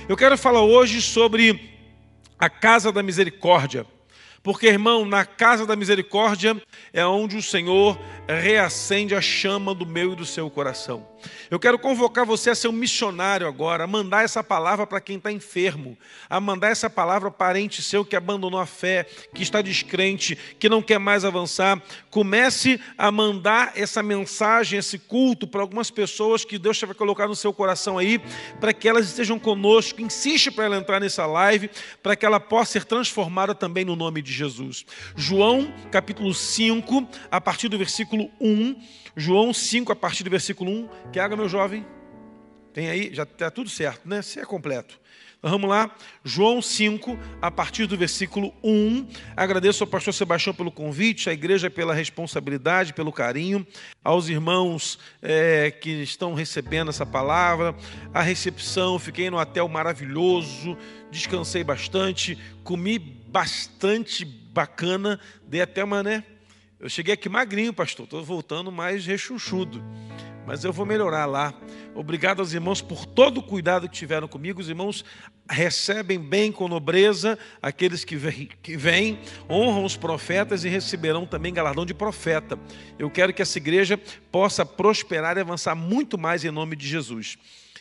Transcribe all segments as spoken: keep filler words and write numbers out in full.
Eu quero falar hoje sobre a Casa da Misericórdia, porque, irmão, na Casa da Misericórdia é onde o Senhor reacende a chama do meu e do seu coração. Eu quero convocar você a ser um missionário agora, a mandar essa palavra para quem está enfermo, a mandar essa palavra para parente seu que abandonou a fé, que está descrente, que não quer mais avançar. Comece a mandar essa mensagem, esse culto para algumas pessoas que Deus vai colocar no seu coração aí, para que elas estejam conosco. Insiste para ela entrar nessa live, para que ela possa ser transformada também no nome de Jesus. João, capítulo cinco, a partir do versículo um. João cinco, a partir do versículo um. Que água, meu jovem? Tem aí? Já está tudo certo, né? Se é completo. Então, vamos lá. João cinco, a partir do versículo um. Agradeço ao pastor Sebastião pelo convite, à igreja pela responsabilidade, pelo carinho, aos irmãos é, que estão recebendo essa palavra, a recepção. Fiquei num hotel maravilhoso, descansei bastante, comi bastante bacana, dei até uma, né? Eu cheguei aqui magrinho, pastor, estou voltando mais rechonchudo, mas eu vou melhorar lá. Obrigado aos irmãos por todo o cuidado que tiveram comigo. Os irmãos recebem bem com nobreza aqueles que vêm, que vêm, honram os profetas e receberão também galardão de profeta. Eu quero que essa igreja possa prosperar e avançar muito mais em nome de Jesus.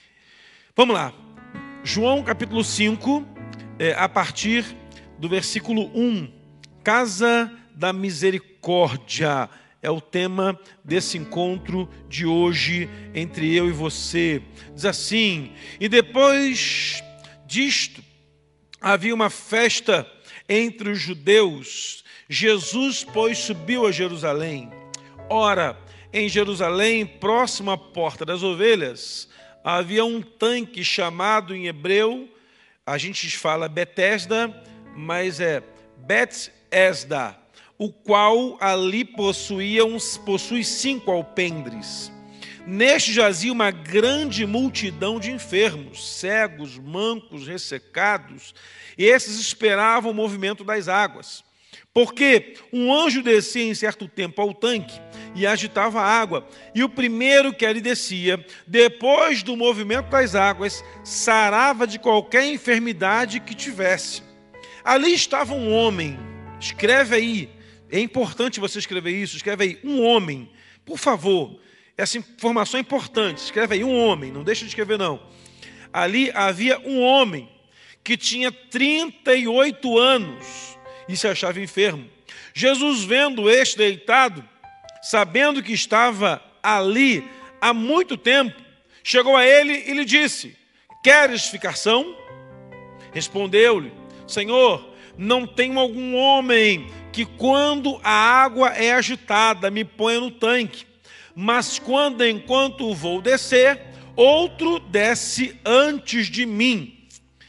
Vamos lá. João capítulo cinco, é, a partir do versículo um. Casa da Misericórdia é o tema desse encontro de hoje entre eu e você. Diz assim: e depois disto havia uma festa entre os judeus. Jesus, pois, subiu a Jerusalém. Ora, em Jerusalém, próximo à porta das ovelhas, havia um tanque chamado em hebreu, a gente fala Betesda, mas é Bet-esda, o qual ali possuía uns, possui cinco alpendres. Neste jazia uma grande multidão de enfermos, cegos, mancos, ressecados, e esses esperavam o movimento das águas. Porque um anjo descia em certo tempo ao tanque e agitava a água, e o primeiro que ali descia, depois do movimento das águas, sarava de qualquer enfermidade que tivesse. Ali estava um homem, escreve aí, é importante você escrever isso, escreve aí, um homem, por favor, essa informação é importante, escreve aí, um homem, não deixa de escrever não. Ali havia um homem que tinha trinta e oito anos e se achava enfermo. Jesus, vendo este deitado, sabendo que estava ali há muito tempo, chegou a ele e lhe disse: queres ficar são? Respondeu-lhe: Senhor, não tenho algum homem que quando a água é agitada me ponha no tanque, mas quando enquanto vou descer, outro desce antes de mim.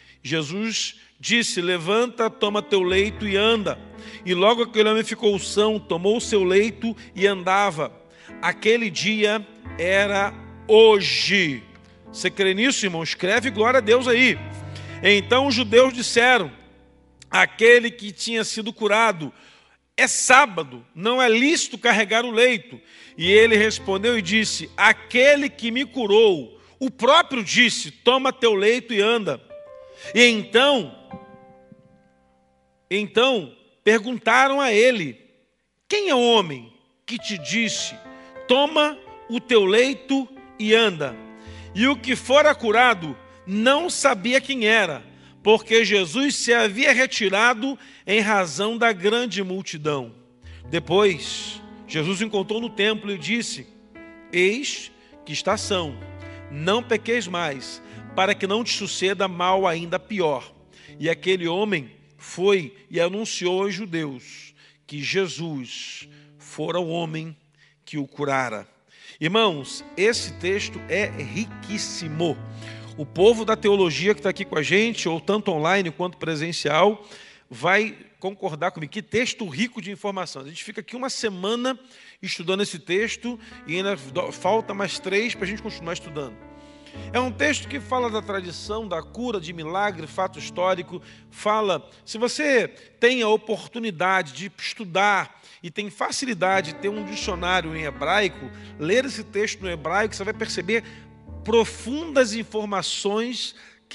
Jesus disse: levanta, toma teu leito e anda. E logo aquele homem ficou são, tomou o seu leito e andava. Aquele dia era hoje. Você crê nisso, irmão? Escreve glória a Deus aí. Então os judeus disseram: aquele que tinha sido curado, é sábado, não é lícito carregar o leito. E ele respondeu e disse: aquele que me curou, o próprio disse: toma teu leito e anda. E então, então perguntaram a ele: quem é o homem que te disse: toma o teu leito e anda? E o que fora curado não sabia quem era, porque Jesus se havia retirado em razão da grande multidão. Depois, Jesus o encontrou no templo e disse: eis que está são, não pequeis mais, para que não te suceda mal ainda pior. E aquele homem foi e anunciou aos judeus que Jesus fora o homem que o curara. Irmãos, esse texto é riquíssimo. O povo da teologia que está aqui com a gente, ou tanto online quanto presencial, vai concordar comigo. Que texto rico de informações. A gente fica aqui uma semana estudando esse texto e ainda falta mais três para a gente continuar estudando. É um texto que fala da tradição, da cura, de milagre, fato histórico. Fala, se você tem a oportunidade de estudar e tem facilidade de ter um dicionário em hebraico, ler esse texto no hebraico, você vai perceber profundas informações que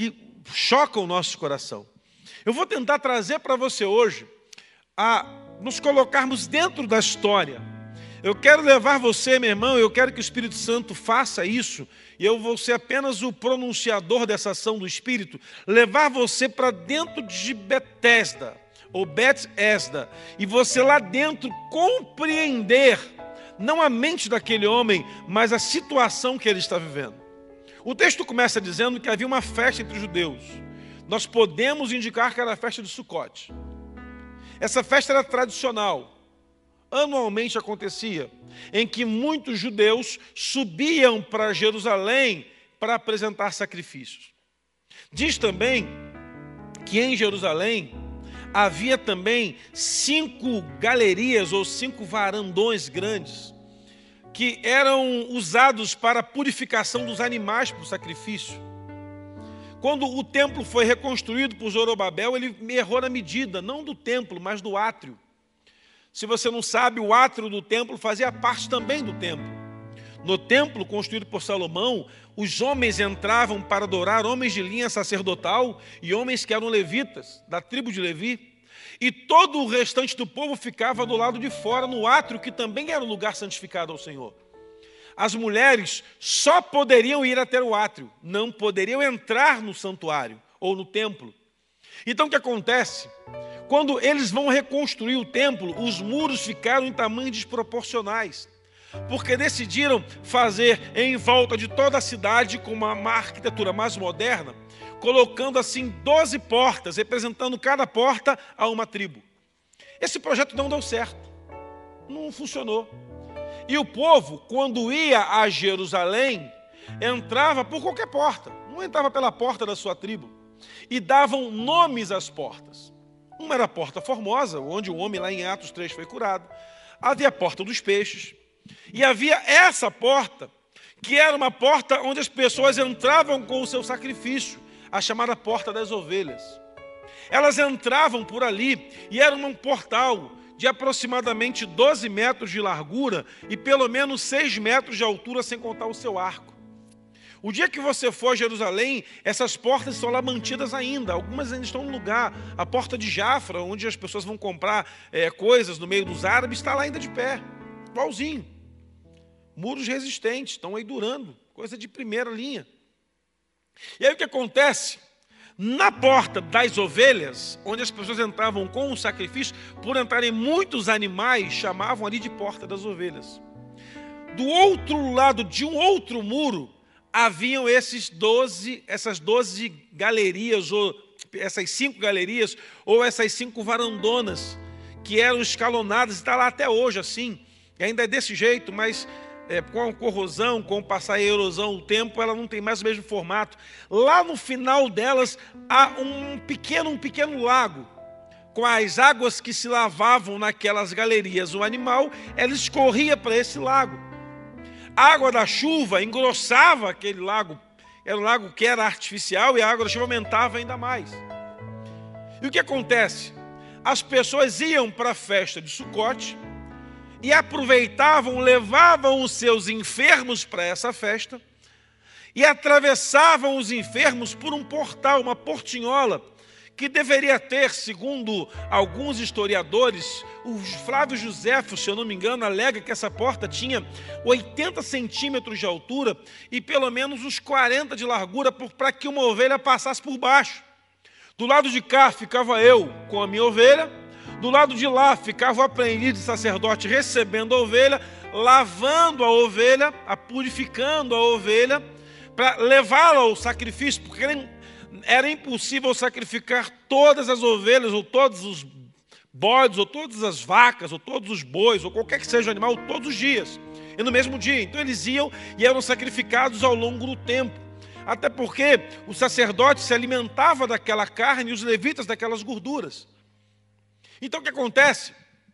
chocam o nosso coração. Eu vou tentar trazer para você hoje a nos colocarmos dentro da história. Eu quero levar você, meu irmão, eu quero que o Espírito Santo faça isso, e eu vou ser apenas o pronunciador dessa ação do Espírito, levar você para dentro de Betesda, ou Bet-esda, e você lá dentro compreender, não a mente daquele homem, mas a situação que ele está vivendo. O texto começa dizendo que havia uma festa entre os judeus. Nós podemos indicar que era a festa de Sucote. Essa festa era tradicional, anualmente acontecia, em que muitos judeus subiam para Jerusalém para apresentar sacrifícios. Diz também que em Jerusalém havia também cinco galerias ou cinco varandões grandes que eram usados para a purificação dos animais para o sacrifício. Quando o templo foi reconstruído por Zorobabel, ele errou na medida, não do templo, mas do átrio. Se você não sabe, o átrio do templo fazia parte também do templo. No templo construído por Salomão, os homens entravam para adorar, homens de linha sacerdotal e homens que eram levitas, da tribo de Levi. E todo o restante do povo ficava do lado de fora, no átrio, que também era o lugar santificado ao Senhor. As mulheres só poderiam ir até o átrio, não poderiam entrar no santuário ou no templo. Então o que acontece? Quando eles vão reconstruir o templo, os muros ficaram em tamanhos desproporcionais, porque decidiram fazer em volta de toda a cidade com uma, uma arquitetura mais moderna, colocando assim doze portas, representando cada porta a uma tribo. Esse projeto não deu certo, não funcionou. E o povo, quando ia a Jerusalém, entrava por qualquer porta, não entrava pela porta da sua tribo, e davam nomes às portas. Uma era a Porta Formosa, onde o homem lá em Atos três foi curado. Havia a Porta dos Peixes, e havia essa porta, que era uma porta onde as pessoas entravam com o seu sacrifício, a chamada Porta das Ovelhas. Elas entravam por ali, e era um portal de aproximadamente doze metros de largura e pelo menos seis metros de altura, sem contar o seu arco. O dia que você for a Jerusalém, essas portas estão lá mantidas ainda. Algumas ainda estão no lugar. A porta de Jafra, onde as pessoas vão comprar é, coisas no meio dos árabes, está lá ainda de pé, igualzinho. Muros resistentes, estão aí durando, coisa de primeira linha. E aí o que acontece? Na Porta das Ovelhas, onde as pessoas entravam com o sacrifício, por entrarem muitos animais, chamavam ali de Porta das Ovelhas. Do outro lado de um outro muro, haviam esses doze, essas doze galerias, ou essas cinco galerias, ou essas cinco varandonas, que eram escalonadas, e está lá até hoje assim, e ainda é desse jeito, mas é, com a corrosão, com o passar a erosão, o tempo, ela não tem mais o mesmo formato. Lá no final delas, há um pequeno, um pequeno lago, com as águas que se lavavam naquelas galerias. O animal, ela escorria para esse lago. A água da chuva engrossava aquele lago, era um lago que era artificial, e a água da chuva aumentava ainda mais. E o que acontece? As pessoas iam para a festa de Sucote e aproveitavam, levavam os seus enfermos para essa festa e atravessavam os enfermos por um portal, uma portinhola, que deveria ter, segundo alguns historiadores, o Flávio Joséfo, se eu não me engano, alega que essa porta tinha oitenta centímetros de altura e pelo menos uns quarenta de largura para que uma ovelha passasse por baixo. Do lado de cá ficava eu com a minha ovelha, do lado de lá ficava o aprendiz de sacerdote recebendo a ovelha, lavando a ovelha, a purificando a ovelha, para levá-la ao sacrifício, porque era impossível sacrificar todas as ovelhas, ou todos os bodes, ou todas as vacas, ou todos os bois, ou qualquer que seja o animal, todos os dias, e no mesmo dia. Então eles iam e eram sacrificados ao longo do tempo, até porque o sacerdote se alimentava daquela carne e os levitas daquelas gorduras. Então o que acontece?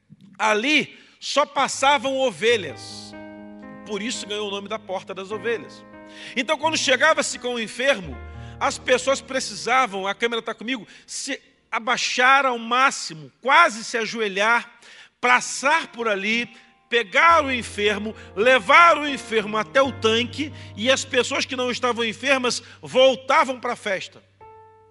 Ali só passavam ovelhas, por isso ganhou o nome da Porta das Ovelhas. Então quando chegava-se com o enfermo, as pessoas precisavam, a câmera está comigo, se abaixar ao máximo, quase se ajoelhar, passar por ali, pegar o enfermo, levar o enfermo até o tanque, e as pessoas que não estavam enfermas voltavam para a festa.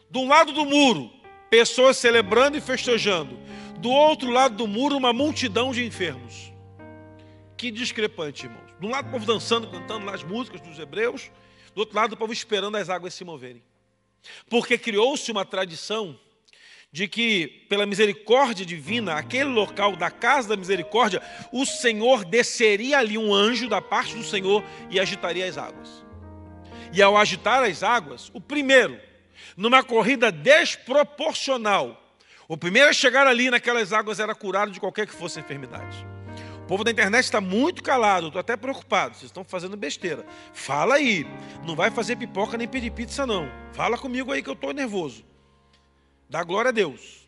De um lado do muro, pessoas celebrando e festejando. Do outro lado do muro, uma multidão de enfermos. Que discrepante, irmãos. De um lado o povo dançando, cantando lá as músicas dos hebreus. Do outro lado o povo esperando as águas se moverem. Porque criou-se uma tradição de que, pela misericórdia divina, aquele local da casa da misericórdia, o Senhor desceria ali um anjo da parte do Senhor e agitaria as águas. E ao agitar as águas, o primeiro, numa corrida desproporcional, o primeiro a chegar ali naquelas águas era curado de qualquer que fosse a enfermidade. O povo da internet está muito calado, estou até preocupado, vocês estão fazendo besteira. Fala aí, não vai fazer pipoca nem pedir pizza não. Fala comigo aí que eu estou nervoso. Dá glória a Deus.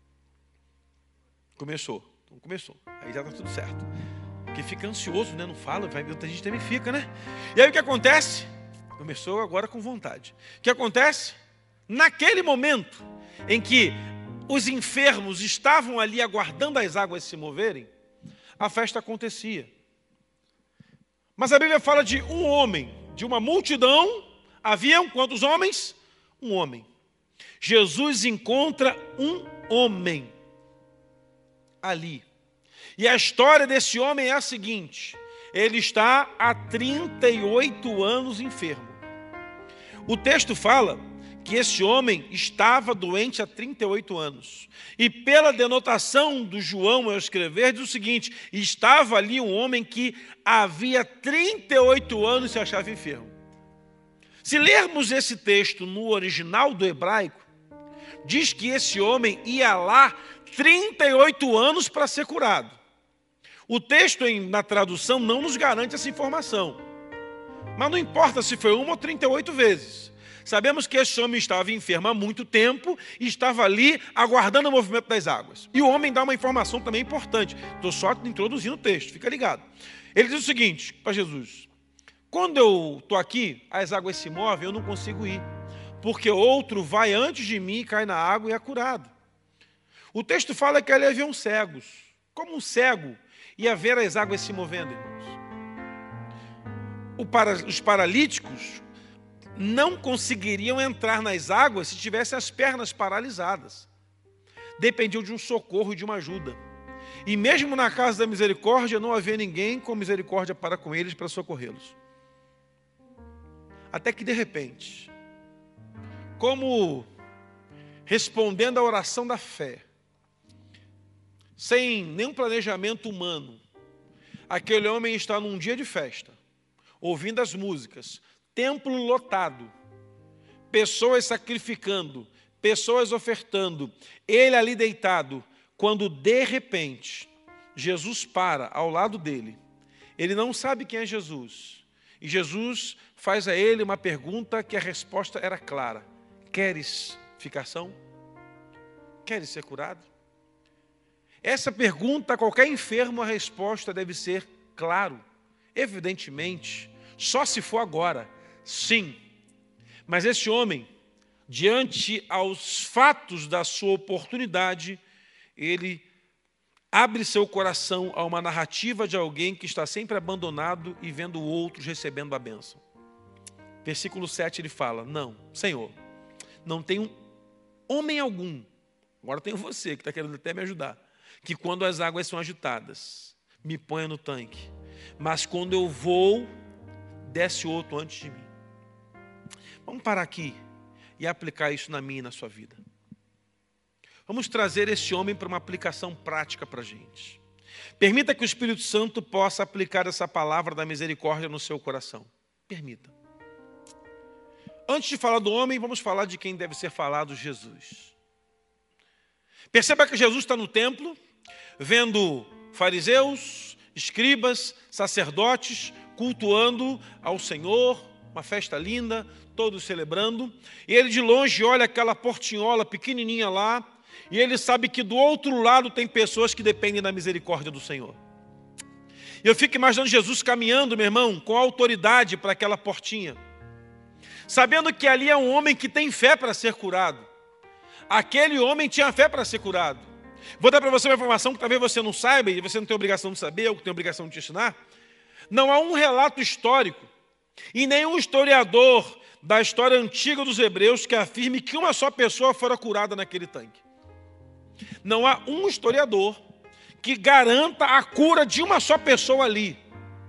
Começou, então começou, aí já está tudo certo. Porque fica ansioso, né? Não fala, vai, a gente também fica, né? E aí o que acontece? Começou agora com vontade. O que acontece? Naquele momento em que os enfermos estavam ali aguardando as águas se moverem, a festa acontecia. Mas a Bíblia fala de um homem, de uma multidão. Haviam quantos homens? Um homem. Jesus encontra um homem ali. E a história desse homem é a seguinte: ele está há trinta e oito anos enfermo. O texto fala que esse homem estava doente há trinta e oito anos. E pela denotação do João ao escrever, diz o seguinte: estava ali um homem que havia trinta e oito anos se achava enfermo. Se lermos esse texto no original do hebraico, diz que esse homem ia lá trinta e oito anos para ser curado. O texto em, na tradução não nos garante essa informação. Mas não importa se foi uma ou trinta e oito vezes. Sabemos que esse homem estava enfermo há muito tempo e estava ali aguardando o movimento das águas. E o homem dá uma informação também importante. Estou só introduzindo o texto, fica ligado. Ele diz o seguinte para Jesus: quando eu estou aqui, as águas se movem, eu não consigo ir, porque outro vai antes de mim, cai na água e é curado. O texto fala que ali haviam cegos. Como um cego ia ver as águas se movendo, irmãos? O para, os paralíticos não conseguiriam entrar nas águas se tivessem as pernas paralisadas. Dependiam de um socorro e de uma ajuda. E mesmo na casa da misericórdia não havia ninguém com misericórdia para com eles, para socorrê-los. Até que de repente, como respondendo à oração da fé, sem nenhum planejamento humano, aquele homem está num dia de festa, ouvindo as músicas, templo lotado, pessoas sacrificando, pessoas ofertando, ele ali deitado, quando de repente Jesus para ao lado dele. Ele não sabe quem é Jesus, e Jesus faz a ele uma pergunta que a resposta era clara: queres ficar são? Queres ser curado? Essa pergunta, a qualquer enfermo, a resposta deve ser claro, evidentemente, só se for agora, sim. Mas esse homem, diante aos fatos da sua oportunidade, ele abre seu coração a uma narrativa de alguém que está sempre abandonado e vendo outros recebendo a bênção. Versículo sete ele fala: não, Senhor, não tenho homem algum, agora tenho você que está querendo até me ajudar, que quando as águas são agitadas, me ponha no tanque, mas quando eu vou, desce outro antes de mim. Vamos parar aqui e aplicar isso na minha e na sua vida. Vamos trazer esse homem para uma aplicação prática para a gente. Permita que o Espírito Santo possa aplicar essa palavra da misericórdia no seu coração. Permita. Antes de falar do homem, vamos falar de quem deve ser falado: Jesus. Perceba que Jesus está no templo, vendo fariseus, escribas, sacerdotes, cultuando ao Senhor, uma festa linda, todos celebrando. E ele de longe olha aquela portinhola pequenininha lá, e ele sabe que do outro lado tem pessoas que dependem da misericórdia do Senhor. E eu fico imaginando Jesus caminhando, meu irmão, com autoridade para aquela portinha, sabendo que ali é um homem que tem fé para ser curado. Aquele homem tinha fé para ser curado. Vou dar para você uma informação que talvez você não saiba, e você não tem obrigação de saber, ou que tem obrigação de te ensinar. Não há um relato histórico, e nenhum historiador da história antiga dos hebreus que afirme que uma só pessoa fora curada naquele tanque. Não há um historiador que garanta a cura de uma só pessoa ali.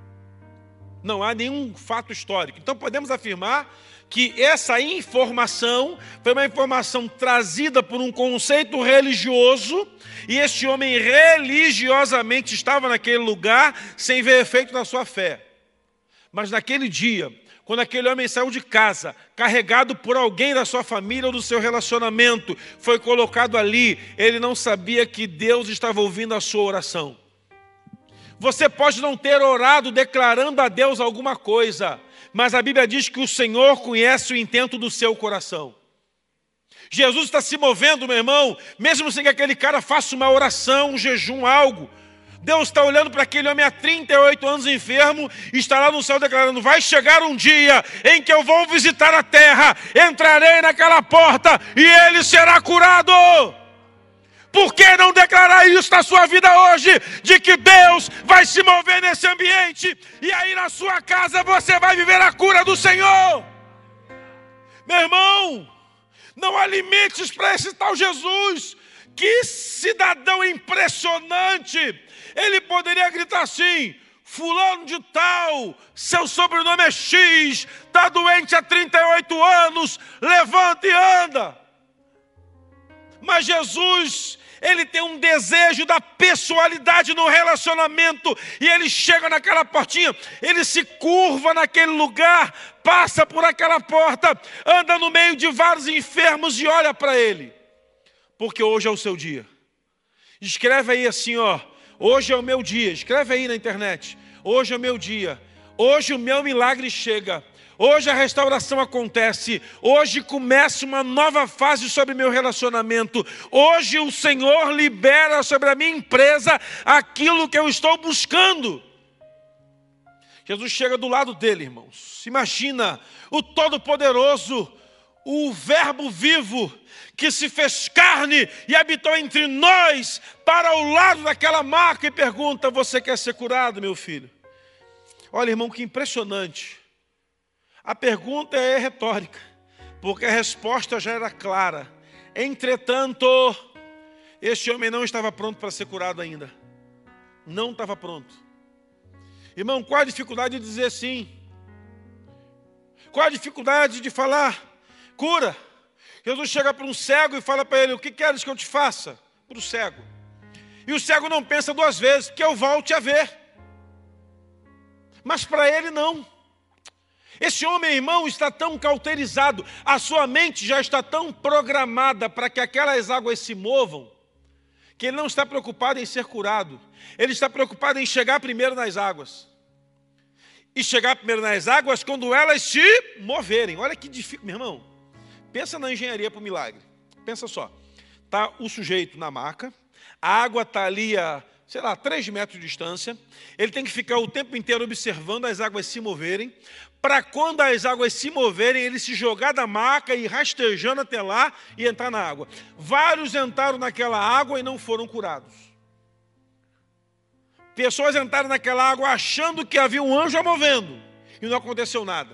Não há nenhum fato histórico. Então podemos afirmar que essa informação foi uma informação trazida por um conceito religioso, e este homem religiosamente estava naquele lugar sem ver efeito na sua fé. Mas naquele dia, quando aquele homem saiu de casa, carregado por alguém da sua família ou do seu relacionamento, foi colocado ali, ele não sabia que Deus estava ouvindo a sua oração. Você pode não ter orado declarando a Deus alguma coisa, mas a Bíblia diz que o Senhor conhece o intento do seu coração. Jesus está se movendo, meu irmão, mesmo sem que aquele cara faça uma oração, um jejum, algo. Deus está olhando para aquele homem há trinta e oito anos enfermo, e está lá no céu declarando: vai chegar um dia em que eu vou visitar a terra, entrarei naquela porta e ele será curado. Por que não declarar isso na sua vida hoje? De que Deus vai se mover nesse ambiente, e aí na sua casa você vai viver a cura do Senhor. Meu irmão, não há limites para esse tal Jesus. Que cidadão impressionante! Ele poderia gritar assim: fulano de tal, seu sobrenome é X, está doente há trinta e oito anos, levanta e anda. Mas Jesus, ele tem um desejo da pessoalidade no relacionamento, e ele chega naquela portinha, ele se curva naquele lugar, passa por aquela porta, anda no meio de vários enfermos e olha para ele. Porque hoje é o seu dia. Escreve aí assim, ó: hoje é o meu dia. Escreve aí na internet: hoje é o meu dia. Hoje o meu milagre chega. Hoje a restauração acontece. Hoje começa uma nova fase sobre meu relacionamento. Hoje o Senhor libera sobre a minha empresa aquilo que eu estou buscando. Jesus chega do lado dele, irmãos. Imagina o Todo-Poderoso, o Verbo vivo, que se fez carne e habitou entre nós, para ao lado daquela maca e pergunta: você quer ser curado, meu filho? Olha, irmão, que impressionante. A pergunta é retórica, porque a resposta já era clara. Entretanto, este homem não estava pronto para ser curado ainda. Não estava pronto. Irmão, qual a dificuldade de dizer sim? Qual a dificuldade de falar cura? Jesus chega para um cego e fala para ele: o que queres que eu te faça? Para o cego. E o cego não pensa duas vezes: que eu volte a ver. Mas para ele não. Esse homem, irmão, está tão cauterizado, a sua mente já está tão programada para que aquelas águas se movam, que ele não está preocupado em ser curado. Ele está preocupado em chegar primeiro nas águas. E chegar primeiro nas águas quando elas se moverem. Olha que difícil, meu irmão. Pensa na engenharia para o milagre. Pensa só. Está o sujeito na maca, a água está ali a, sei lá, três metros de distância. Ele tem que ficar o tempo inteiro observando as águas se moverem, para quando as águas se moverem, ele se jogar da maca e ir rastejando até lá e entrar na água. Vários entraram naquela água e não foram curados. Pessoas entraram naquela água achando que havia um anjo a movendo, e não aconteceu nada.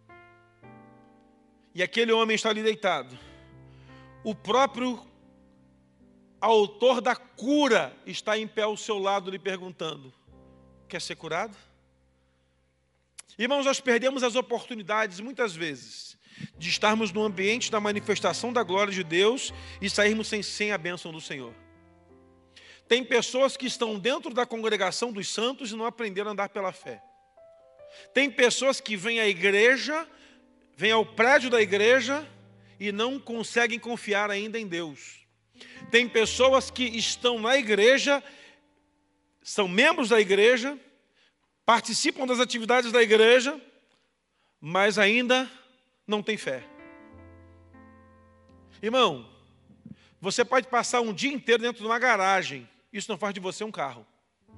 E aquele homem está ali deitado. O próprio autor da cura está em pé ao seu lado lhe perguntando: quer ser curado? Irmãos, nós perdemos as oportunidades muitas vezes de estarmos no ambiente da manifestação da glória de Deus e sairmos sem, sem a bênção do Senhor. Tem pessoas que estão dentro da congregação dos santos e não aprenderam a andar pela fé. Tem pessoas que vêm à igreja, vêm ao prédio da igreja e não conseguem confiar ainda em Deus. Tem pessoas que estão na igreja, são membros da igreja, participam das atividades da igreja, mas ainda não têm fé. Irmão, você pode passar um dia inteiro dentro de uma garagem, isso não faz de você um carro.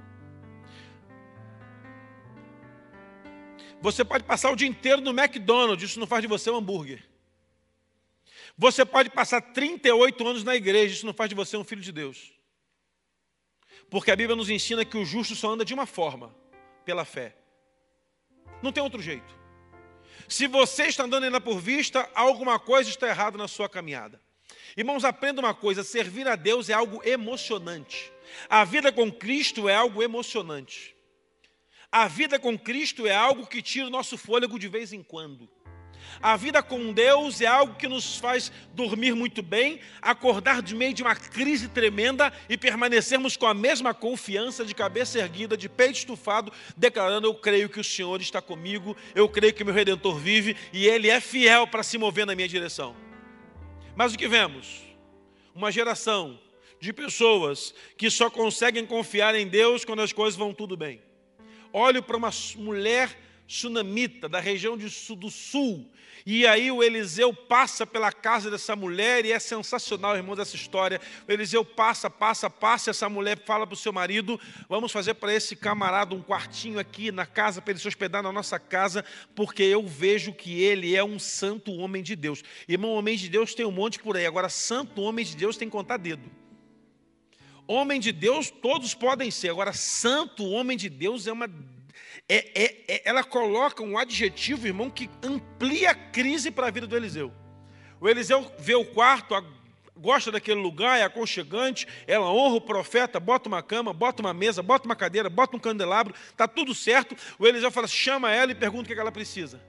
Você pode passar o dia inteiro no McDonald's, isso não faz de você um hambúrguer. Você pode passar trinta e oito anos na igreja, isso não faz de você um filho de Deus. Porque a Bíblia nos ensina que o justo só anda de uma forma: pela fé. Não tem outro jeito. Se você está andando ainda por vista, alguma coisa está errada na sua caminhada. Irmãos, aprenda uma coisa, servir a Deus é algo emocionante. A vida com Cristo é algo emocionante. A vida com Cristo é algo que tira o nosso fôlego de vez em quando. A vida com Deus é algo que nos faz dormir muito bem, acordar de meio de uma crise tremenda e permanecermos com a mesma confiança, de cabeça erguida, de peito estufado, declarando: eu creio que o Senhor está comigo, eu creio que meu Redentor vive e Ele é fiel para se mover na minha direção. Mas o que vemos? Uma geração de pessoas que só conseguem confiar em Deus quando as coisas vão tudo bem. Olho para uma mulher sunamita da região de, do sul, e aí o Eliseu passa pela casa dessa mulher, e é sensacional, irmãos, essa história. O Eliseu passa, passa, passa, e essa mulher fala para o seu marido: vamos fazer para esse camarada um quartinho aqui na casa, para ele se hospedar na nossa casa, porque eu vejo que ele é um santo homem de Deus. Irmão, homem de Deus tem um monte por aí, agora santo homem de Deus tem que contar dedo. Homem de Deus todos podem ser, agora santo homem de Deus é uma... É, é, é, ela coloca um adjetivo, irmão, que amplia a crise para a vida do Eliseu. O Eliseu vê o quarto, a, gosta daquele lugar, é aconchegante, ela honra o profeta, bota uma cama, bota uma mesa, bota uma cadeira, bota um candelabro, está tudo certo. O Eliseu fala, chama ela e pergunta o que, é que ela precisa.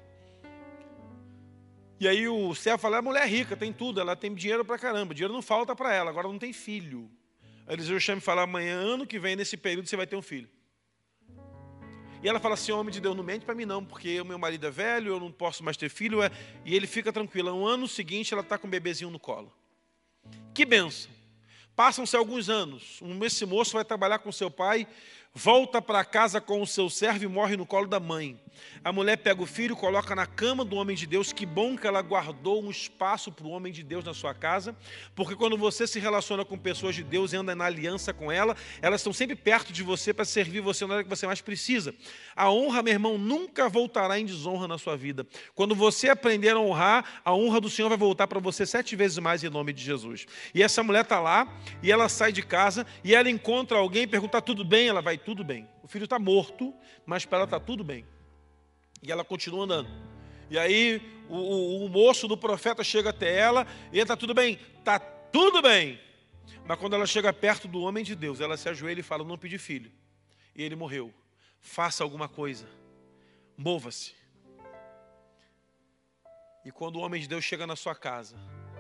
E aí o servo fala, a mulher é rica, tem tudo, ela tem dinheiro para caramba, dinheiro não falta para ela, agora não tem filho. O Eliseu chama e fala, amanhã, ano que vem, nesse período, você vai ter um filho. E ela fala assim, homem de Deus, não mente para mim não, porque o meu marido é velho, eu não posso mais ter filho. É... E ele fica tranquilo. No ano seguinte, ela está com um bebezinho no colo. Que bênção. Passam-se alguns anos. Esse moço vai trabalhar com seu pai, volta para casa com o seu servo e morre no colo da mãe. A mulher pega o filho, coloca na cama do homem de Deus. Que bom que ela guardou um espaço para o homem de Deus na sua casa, porque quando você se relaciona com pessoas de Deus e anda na aliança com ela, elas estão sempre perto de você para servir você na hora que você mais precisa. A honra, meu irmão, nunca voltará em desonra na sua vida. Quando você aprender a honrar, a honra do Senhor vai voltar para você sete vezes mais em nome de Jesus. E essa mulher está lá, e ela sai de casa, e ela encontra alguém e pergunta, tudo bem? Ela vai, tudo bem. O filho está morto, mas para ela está tudo bem. E ela continua andando. E aí o, o, o moço do profeta chega até ela e está tudo bem? Está tudo bem. Mas quando ela chega perto do homem de Deus, ela se ajoelha e fala, não pedi filho. E ele morreu. Faça alguma coisa. Mova-se. E quando o homem de Deus chega na sua casa,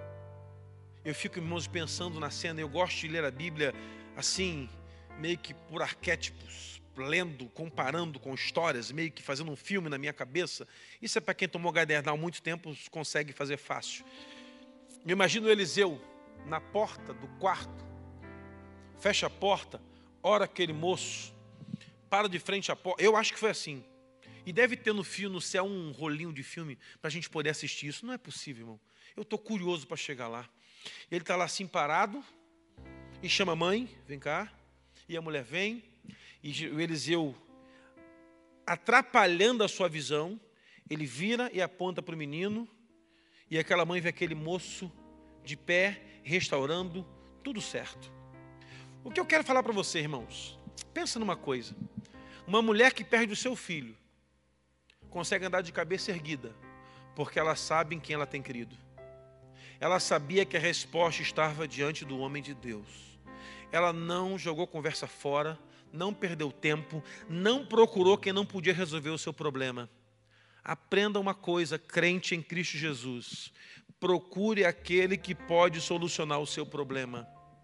eu fico, irmãos, pensando na cena. Eu gosto de ler a Bíblia assim, meio que por arquétipos, lendo, comparando com histórias, meio que fazendo um filme na minha cabeça. Isso é para quem tomou Gadernal há muito tempo, consegue fazer fácil. Eu imagino o Eliseu na porta do quarto, fecha a porta, ora aquele moço, para de frente à porta. Eu acho que foi assim. E deve ter no fio, no céu, um rolinho de filme para a gente poder assistir isso. Não é possível, irmão. Eu estou curioso para chegar lá. Ele está lá assim parado e chama a mãe, vem cá. E a mulher vem. E o Eliseu, atrapalhando a sua visão, ele vira e aponta para o menino, e aquela mãe vê aquele moço de pé, restaurando, tudo certo. O que eu quero falar para você, irmãos, pensa numa coisa, uma mulher que perde o seu filho, consegue andar de cabeça erguida, porque ela sabe em quem ela tem crido. Ela sabia que a resposta estava diante do homem de Deus. Ela não jogou conversa fora, não perdeu tempo, não procurou quem não podia resolver o seu problema. Aprenda uma coisa, crente em Cristo Jesus, procure aquele que pode solucionar o seu problema.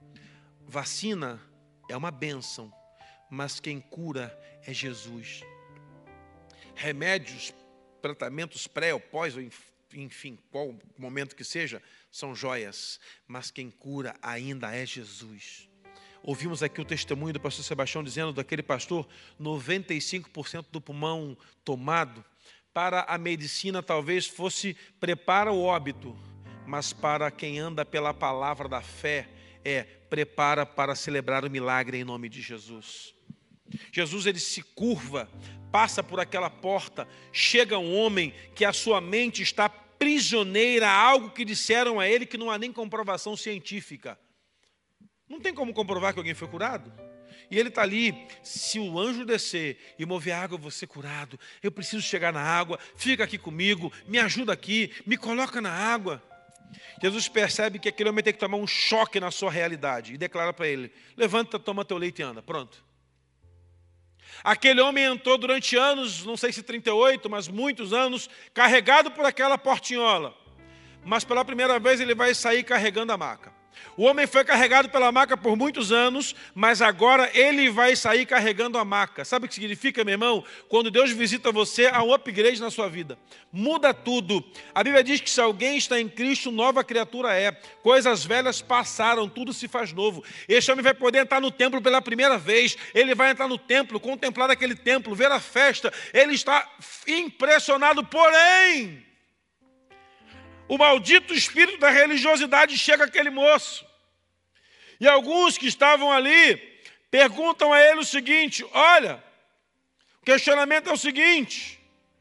Vacina é uma bênção, mas quem cura é Jesus. Remédios, tratamentos pré ou pós, ou enfim, qual momento que seja, são joias, mas quem cura ainda é Jesus. Ouvimos aqui o testemunho do pastor Sebastião dizendo daquele pastor, noventa e cinco por cento do pulmão tomado. Para a medicina talvez fosse prepara o óbito, mas para quem anda pela palavra da fé, é prepara para celebrar o milagre em nome de Jesus. Jesus, ele se curva, passa por aquela porta, chega um homem que a sua mente está prisioneira a algo que disseram a ele que não há nem comprovação científica. Não tem como comprovar que alguém foi curado. E ele está ali, se o anjo descer e mover a água, eu vou ser curado. Eu preciso chegar na água, fica aqui comigo, me ajuda aqui, me coloca na água. Jesus percebe que aquele homem tem que tomar um choque na sua realidade e declara para ele: levanta, toma teu leite e anda. Pronto. Aquele homem entrou durante anos, não sei se trinta e oito, mas muitos anos, carregado por aquela portinhola. Mas pela primeira vez ele vai sair carregando a maca. O homem foi carregado pela maca por muitos anos, mas agora ele vai sair carregando a maca. Sabe o que significa, meu irmão? Quando Deus visita você, há um upgrade na sua vida. Muda tudo. A Bíblia diz que se alguém está em Cristo, nova criatura é. Coisas velhas passaram, tudo se faz novo. Este homem vai poder entrar no templo pela primeira vez. Ele vai entrar no templo, contemplar aquele templo, ver a festa. Ele está impressionado, porém... o maldito espírito da religiosidade chega àquele moço. E alguns que estavam ali perguntam a ele o seguinte: olha, o questionamento é o seguinte: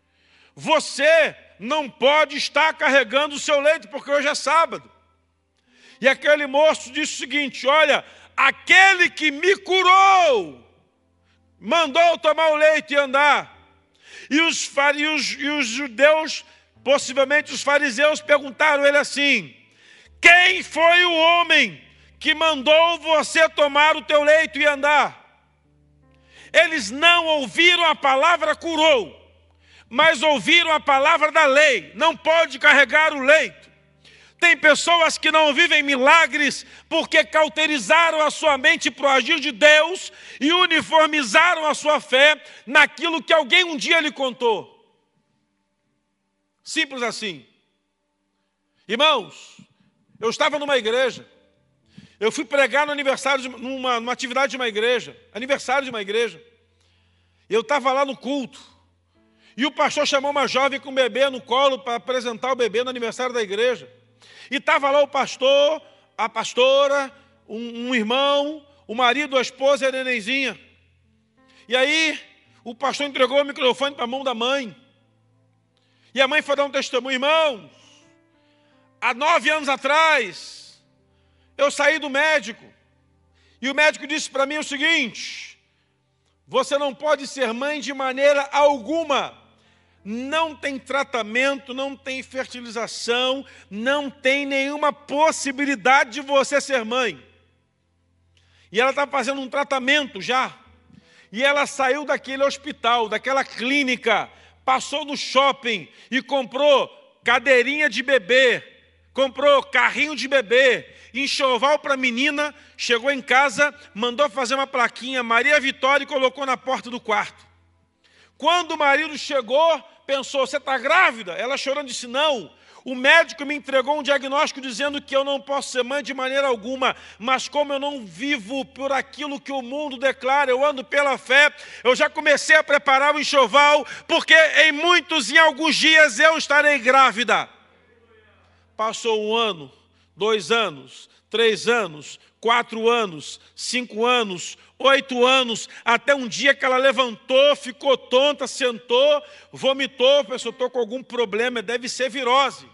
você não pode estar carregando o seu leito porque hoje é sábado. E aquele moço disse o seguinte: olha, aquele que me curou mandou tomar o leite e andar. E os, e os, e os judeus, possivelmente os fariseus, perguntaram a ele assim: quem foi o homem que mandou você tomar o teu leito e andar? Eles não ouviram a palavra curou, mas ouviram a palavra da lei: não pode carregar o leito. Tem pessoas que não vivem milagres porque cauterizaram a sua mente para o agir de Deus e uniformizaram a sua fé naquilo que alguém um dia lhe contou. Simples assim. Irmãos, eu estava numa igreja, eu fui pregar no aniversário, de, numa, numa atividade de uma igreja, aniversário de uma igreja. Eu estava lá no culto, e o pastor chamou uma jovem com um bebê no colo para apresentar o bebê no aniversário da igreja. E estava lá o pastor, a pastora, um, um irmão, o marido, a esposa e a nenenzinha. E aí, o pastor entregou o microfone para a mão da mãe. E a mãe foi dar um testemunho: irmãos, há nove anos atrás, eu saí do médico, e o médico disse para mim o seguinte: você não pode ser mãe de maneira alguma. Não tem tratamento, não tem fertilização, não tem nenhuma possibilidade de você ser mãe. E ela está fazendo um tratamento já. E ela saiu daquele hospital, daquela clínica, passou no shopping e comprou cadeirinha de bebê, comprou carrinho de bebê, enxoval para a menina, chegou em casa, mandou fazer uma plaquinha Maria Vitória e colocou na porta do quarto. Quando o marido chegou, pensou: você está grávida? Ela chorando disse: não. O médico me entregou um diagnóstico dizendo que eu não posso ser mãe de maneira alguma, mas como eu não vivo por aquilo que o mundo declara, eu ando pela fé, eu já comecei a preparar o enxoval, porque em muitos, em alguns dias eu estarei grávida. Passou um ano, dois anos, três anos, quatro anos, cinco anos, oito anos, até um dia que ela levantou, ficou tonta, sentou, vomitou, pensou: estou com algum problema, deve ser virose.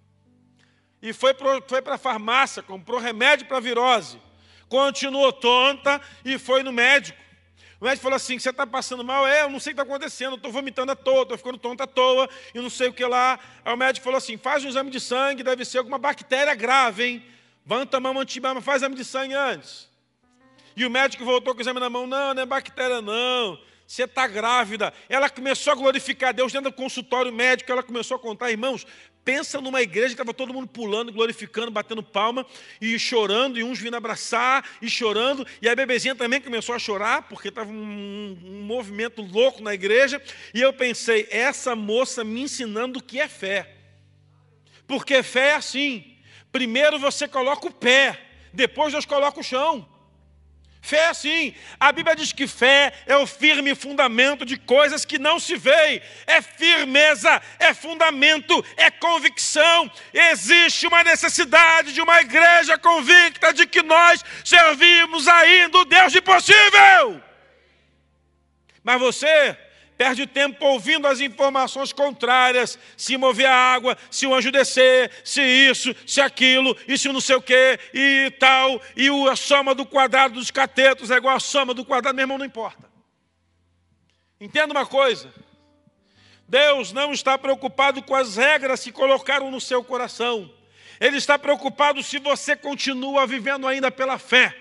E foi para a farmácia, comprou remédio para virose. Continuou tonta e foi no médico. O médico falou assim: você está passando mal? É, eu não sei o que está acontecendo, estou vomitando à toa, estou ficando tonta à toa, e não sei o que lá. Aí o médico falou assim: faz um exame de sangue, deve ser alguma bactéria grave, hein? Vamos tomar um antibiótico, faz exame de sangue antes. E o médico voltou com o exame na mão: não, não é bactéria não, você está grávida. Ela começou a glorificar a Deus dentro do consultório médico, ela começou a contar. Irmãos, pensa numa igreja que estava todo mundo pulando, glorificando, batendo palma e chorando, e uns vindo abraçar e chorando, e a bebezinha também começou a chorar, porque estava um, um movimento louco na igreja. E eu pensei: essa moça me ensinando o que é fé. Porque fé é assim: primeiro você coloca o pé, depois Deus coloca o chão. Fé é assim. A Bíblia diz que fé é o firme fundamento de coisas que não se veem. É firmeza, é fundamento, é convicção. Existe uma necessidade de uma igreja convicta de que nós servimos ainda o Deus do impossível. Mas você perde tempo ouvindo as informações contrárias, se mover a água, se o anjo descer, se isso, se aquilo, e se não sei o que, e tal, e a soma do quadrado dos catetos é igual a soma do quadrado, meu irmão, não importa. Entenda uma coisa, Deus não está preocupado com as regras que colocaram no seu coração, Ele está preocupado se você continua vivendo ainda pela fé.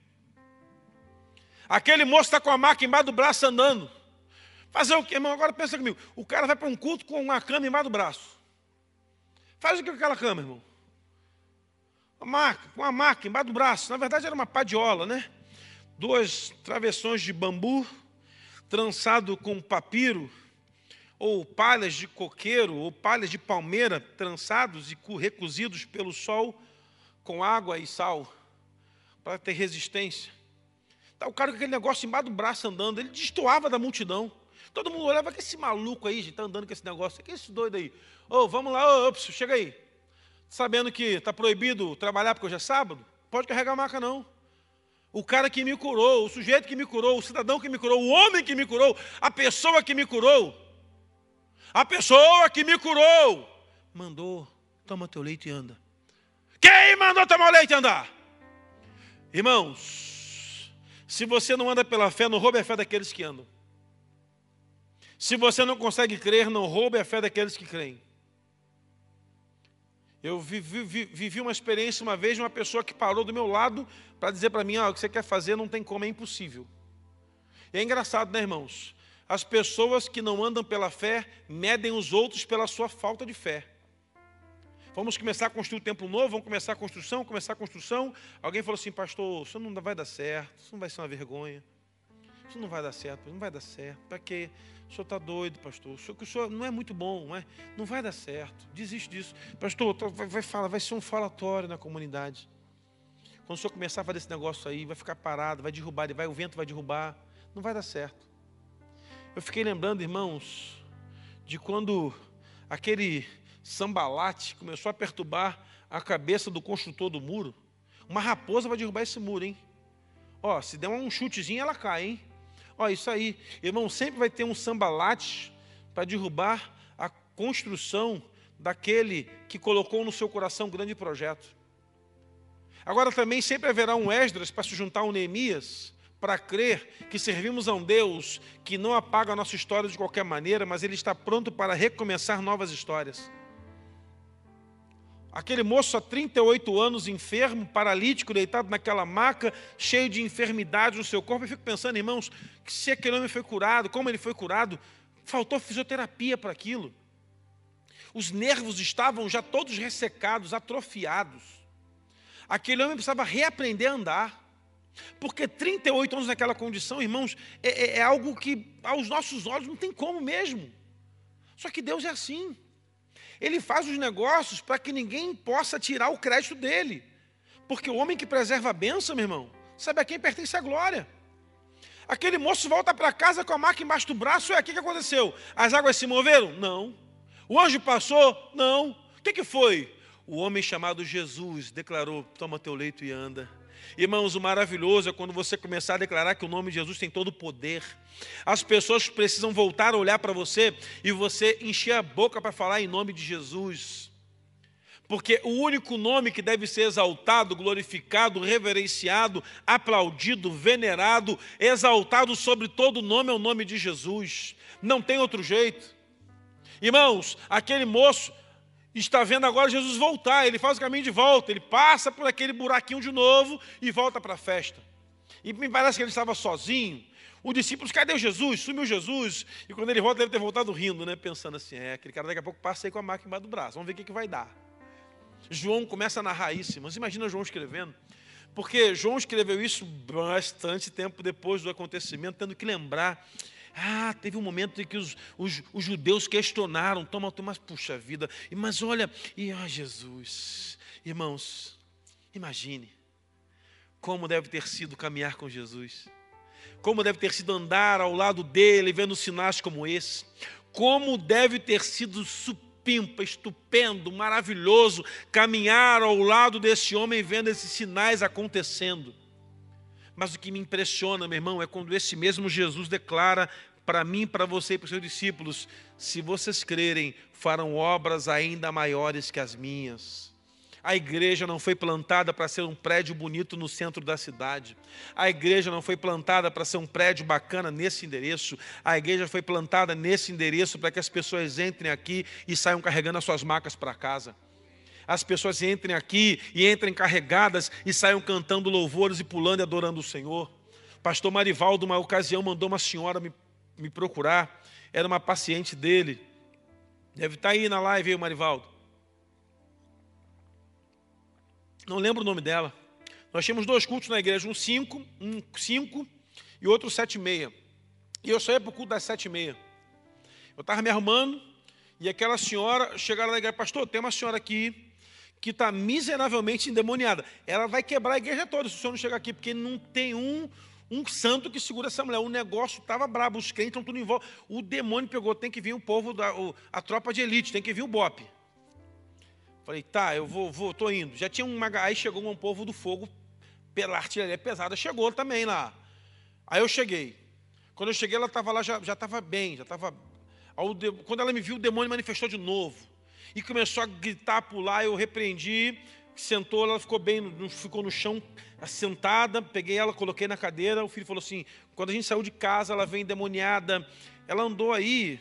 Aquele moço está com a maca embaixo do braço andando. Fazer o quê, irmão? Agora pensa comigo. O cara vai para um culto com uma cama embaixo do braço. Faz o que com aquela cama, irmão? Uma maca, com uma maca embaixo do braço. Na verdade era uma padiola, né? Duas travessões de bambu, trançado com papiro, ou palhas de coqueiro, ou palhas de palmeira, trançados e recozidos pelo sol, com água e sal, para ter resistência. Tá, o cara com aquele negócio embaixo do braço andando, ele destoava da multidão. Todo mundo olhava, que esse maluco aí, está andando com esse negócio, que esse doido aí. Ô, oh, vamos lá, ô, oh, chega aí. Sabendo que está proibido trabalhar porque hoje é sábado? Pode carregar a maca não. O cara que me curou, o sujeito que me curou, o cidadão que me curou, o homem que me curou, a pessoa que me curou, a pessoa que me curou, mandou, toma teu leite e anda. Quem mandou tomar o leite e andar? Irmãos, se você não anda pela fé, não roube a fé daqueles que andam. Se você não consegue crer, não roube a fé daqueles que creem. Eu vivi, vivi, vivi uma experiência uma vez de uma pessoa que parou do meu lado para dizer para mim, ah, o que você quer fazer não tem como, é impossível. E é engraçado, né, irmãos? As pessoas que não andam pela fé medem os outros pela sua falta de fé. Vamos começar a construir um templo novo, vamos começar a construção, começar a construção. Alguém falou assim, pastor, isso não vai dar certo, isso não vai ser uma vergonha. Isso não vai dar certo, não vai dar certo. Para quê? O senhor está doido, pastor. O senhor, o senhor não é muito bom, não é? Não vai dar certo. Desiste disso. Pastor, vai, vai, falar, vai ser um falatório na comunidade. Quando o senhor começar a fazer esse negócio aí, vai ficar parado, vai derrubar, vai, o vento vai derrubar. Não vai dar certo. Eu fiquei lembrando, irmãos, de quando aquele Sambalate começou a perturbar a cabeça do construtor do muro. Uma raposa vai derrubar esse muro, hein? Ó, se der um chutezinho, ela cai, hein? Ó, isso aí. Irmão, sempre vai ter um Sambalate para derrubar a construção daquele que colocou no seu coração um grande projeto. Agora também sempre haverá um Esdras para se juntar a um Neemias, para crer que servimos a um Deus que não apaga a nossa história de qualquer maneira, mas Ele está pronto para recomeçar novas histórias. Aquele moço há trinta e oito anos, enfermo, paralítico, deitado naquela maca, cheio de enfermidade no seu corpo. Eu fico pensando, irmãos, que se aquele homem foi curado, como ele foi curado, faltou fisioterapia para aquilo. Os nervos estavam já todos ressecados, atrofiados. Aquele homem precisava reaprender a andar. Porque trinta e oito anos naquela condição, irmãos, é, é, é algo que aos nossos olhos não tem como mesmo. Só que Deus é assim. Ele faz os negócios para que ninguém possa tirar o crédito dele. Porque o homem que preserva a bênção, meu irmão, sabe a quem pertence a glória. Aquele moço volta para casa com a maca embaixo do braço. É, o que aconteceu? As águas se moveram? Não. O anjo passou? Não. O que, que foi? O homem chamado Jesus declarou, toma teu leito e anda. Irmãos, o maravilhoso é quando você começar a declarar que o nome de Jesus tem todo o poder. As pessoas precisam voltar a olhar para você e você encher a boca para falar em nome de Jesus. Porque o único nome que deve ser exaltado, glorificado, reverenciado, aplaudido, venerado, exaltado sobre todo nome é o nome de Jesus. Não tem outro jeito. Irmãos, aquele moço está vendo agora Jesus voltar, ele faz o caminho de volta, ele passa por aquele buraquinho de novo e volta para a festa. E me parece que ele estava sozinho. Os discípulos, cadê o Jesus? Sumiu Jesus. E quando ele volta, deve ter voltado rindo, né? Pensando assim, é, aquele cara daqui a pouco passa aí com a maca embaixo do braço, vamos ver o que, que vai dar. João começa a narrar isso, mas imagina João escrevendo. Porque João escreveu isso bastante tempo depois do acontecimento, tendo que lembrar. Ah, teve um momento em que os, os, os judeus questionaram, toma, toma, puxa vida, mas olha, e ah, Jesus, irmãos, imagine como deve ter sido caminhar com Jesus, como deve ter sido andar ao lado dele, vendo sinais como esse, como deve ter sido supimpa, estupendo, maravilhoso, caminhar ao lado desse homem, vendo esses sinais acontecendo. Mas o que me impressiona, meu irmão, é quando esse mesmo Jesus declara para mim, para você e para os seus discípulos: se vocês crerem, farão obras ainda maiores que as minhas. A igreja não foi plantada para ser um prédio bonito no centro da cidade. A igreja não foi plantada para ser um prédio bacana nesse endereço. A igreja foi plantada nesse endereço para que as pessoas entrem aqui e saiam carregando as suas macas para casa. As pessoas entrem aqui e entrem carregadas e saiam cantando louvores e pulando e adorando o Senhor. Pastor Marivaldo, uma ocasião, mandou uma senhora me, me procurar. Era uma paciente dele. Deve estar aí na live, aí, o Marivaldo. Não lembro o nome dela. Nós tínhamos dois cultos na igreja, um cinco, um cinco e outro sete e meia. E eu só ia para o culto das sete e meia. Eu estava me arrumando e aquela senhora chegaram na igreja: pastor, tem uma senhora aqui que está miseravelmente endemoniada. Ela vai quebrar a igreja toda se o senhor não chegar aqui, porque não tem um, um santo que segura essa mulher. O negócio estava brabo, os crentes estão tudo em volta. O demônio pegou, tem que vir o povo, da, o, a tropa de elite, tem que vir o bope. Falei, tá, eu vou, vou, tô indo. Já tinha uma, aí chegou um povo do fogo, pela artilharia pesada, chegou também lá. Aí eu cheguei. Quando eu cheguei, ela estava lá, já estava bem, já estava. Quando ela me viu, o demônio manifestou de novo. E começou a gritar, pular, eu repreendi, sentou, ela ficou bem, ficou no chão, sentada, peguei ela, coloquei na cadeira. O filho falou assim: quando a gente saiu de casa, ela veio endemoniada. Ela andou aí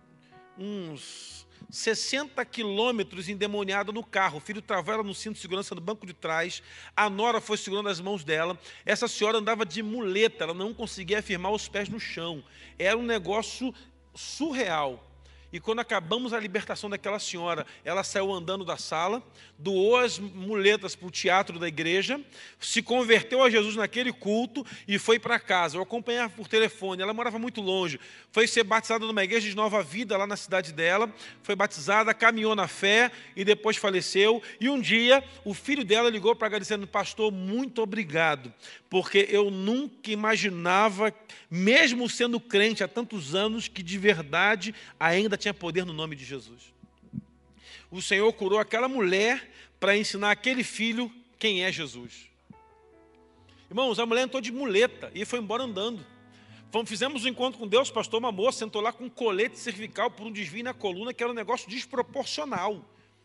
uns sessenta quilômetros endemoniada no carro. O filho travou ela no cinto de segurança no banco de trás. A nora foi segurando as mãos dela. Essa senhora andava de muleta, ela não conseguia firmar os pés no chão. Era um negócio surreal. E quando acabamos a libertação daquela senhora, ela saiu andando da sala, doou as muletas para o teatro da igreja, se converteu a Jesus naquele culto e foi para casa. Eu acompanhava por telefone, ela morava muito longe. Foi ser batizada numa igreja de Nova Vida lá na cidade dela, foi batizada, caminhou na fé e depois faleceu. E um dia o filho dela ligou para ela dizendo: pastor, muito obrigado, porque eu nunca imaginava, mesmo sendo crente há tantos anos, que de verdade ainda tinha poder no nome de Jesus. O Senhor curou aquela mulher para ensinar aquele filho quem é Jesus. Irmãos, a mulher entrou de muleta e foi embora andando. Fomos, fizemos um encontro com Deus, pastor, uma moça sentou lá com um colete cervical por um desvio na coluna, que era um negócio desproporcional.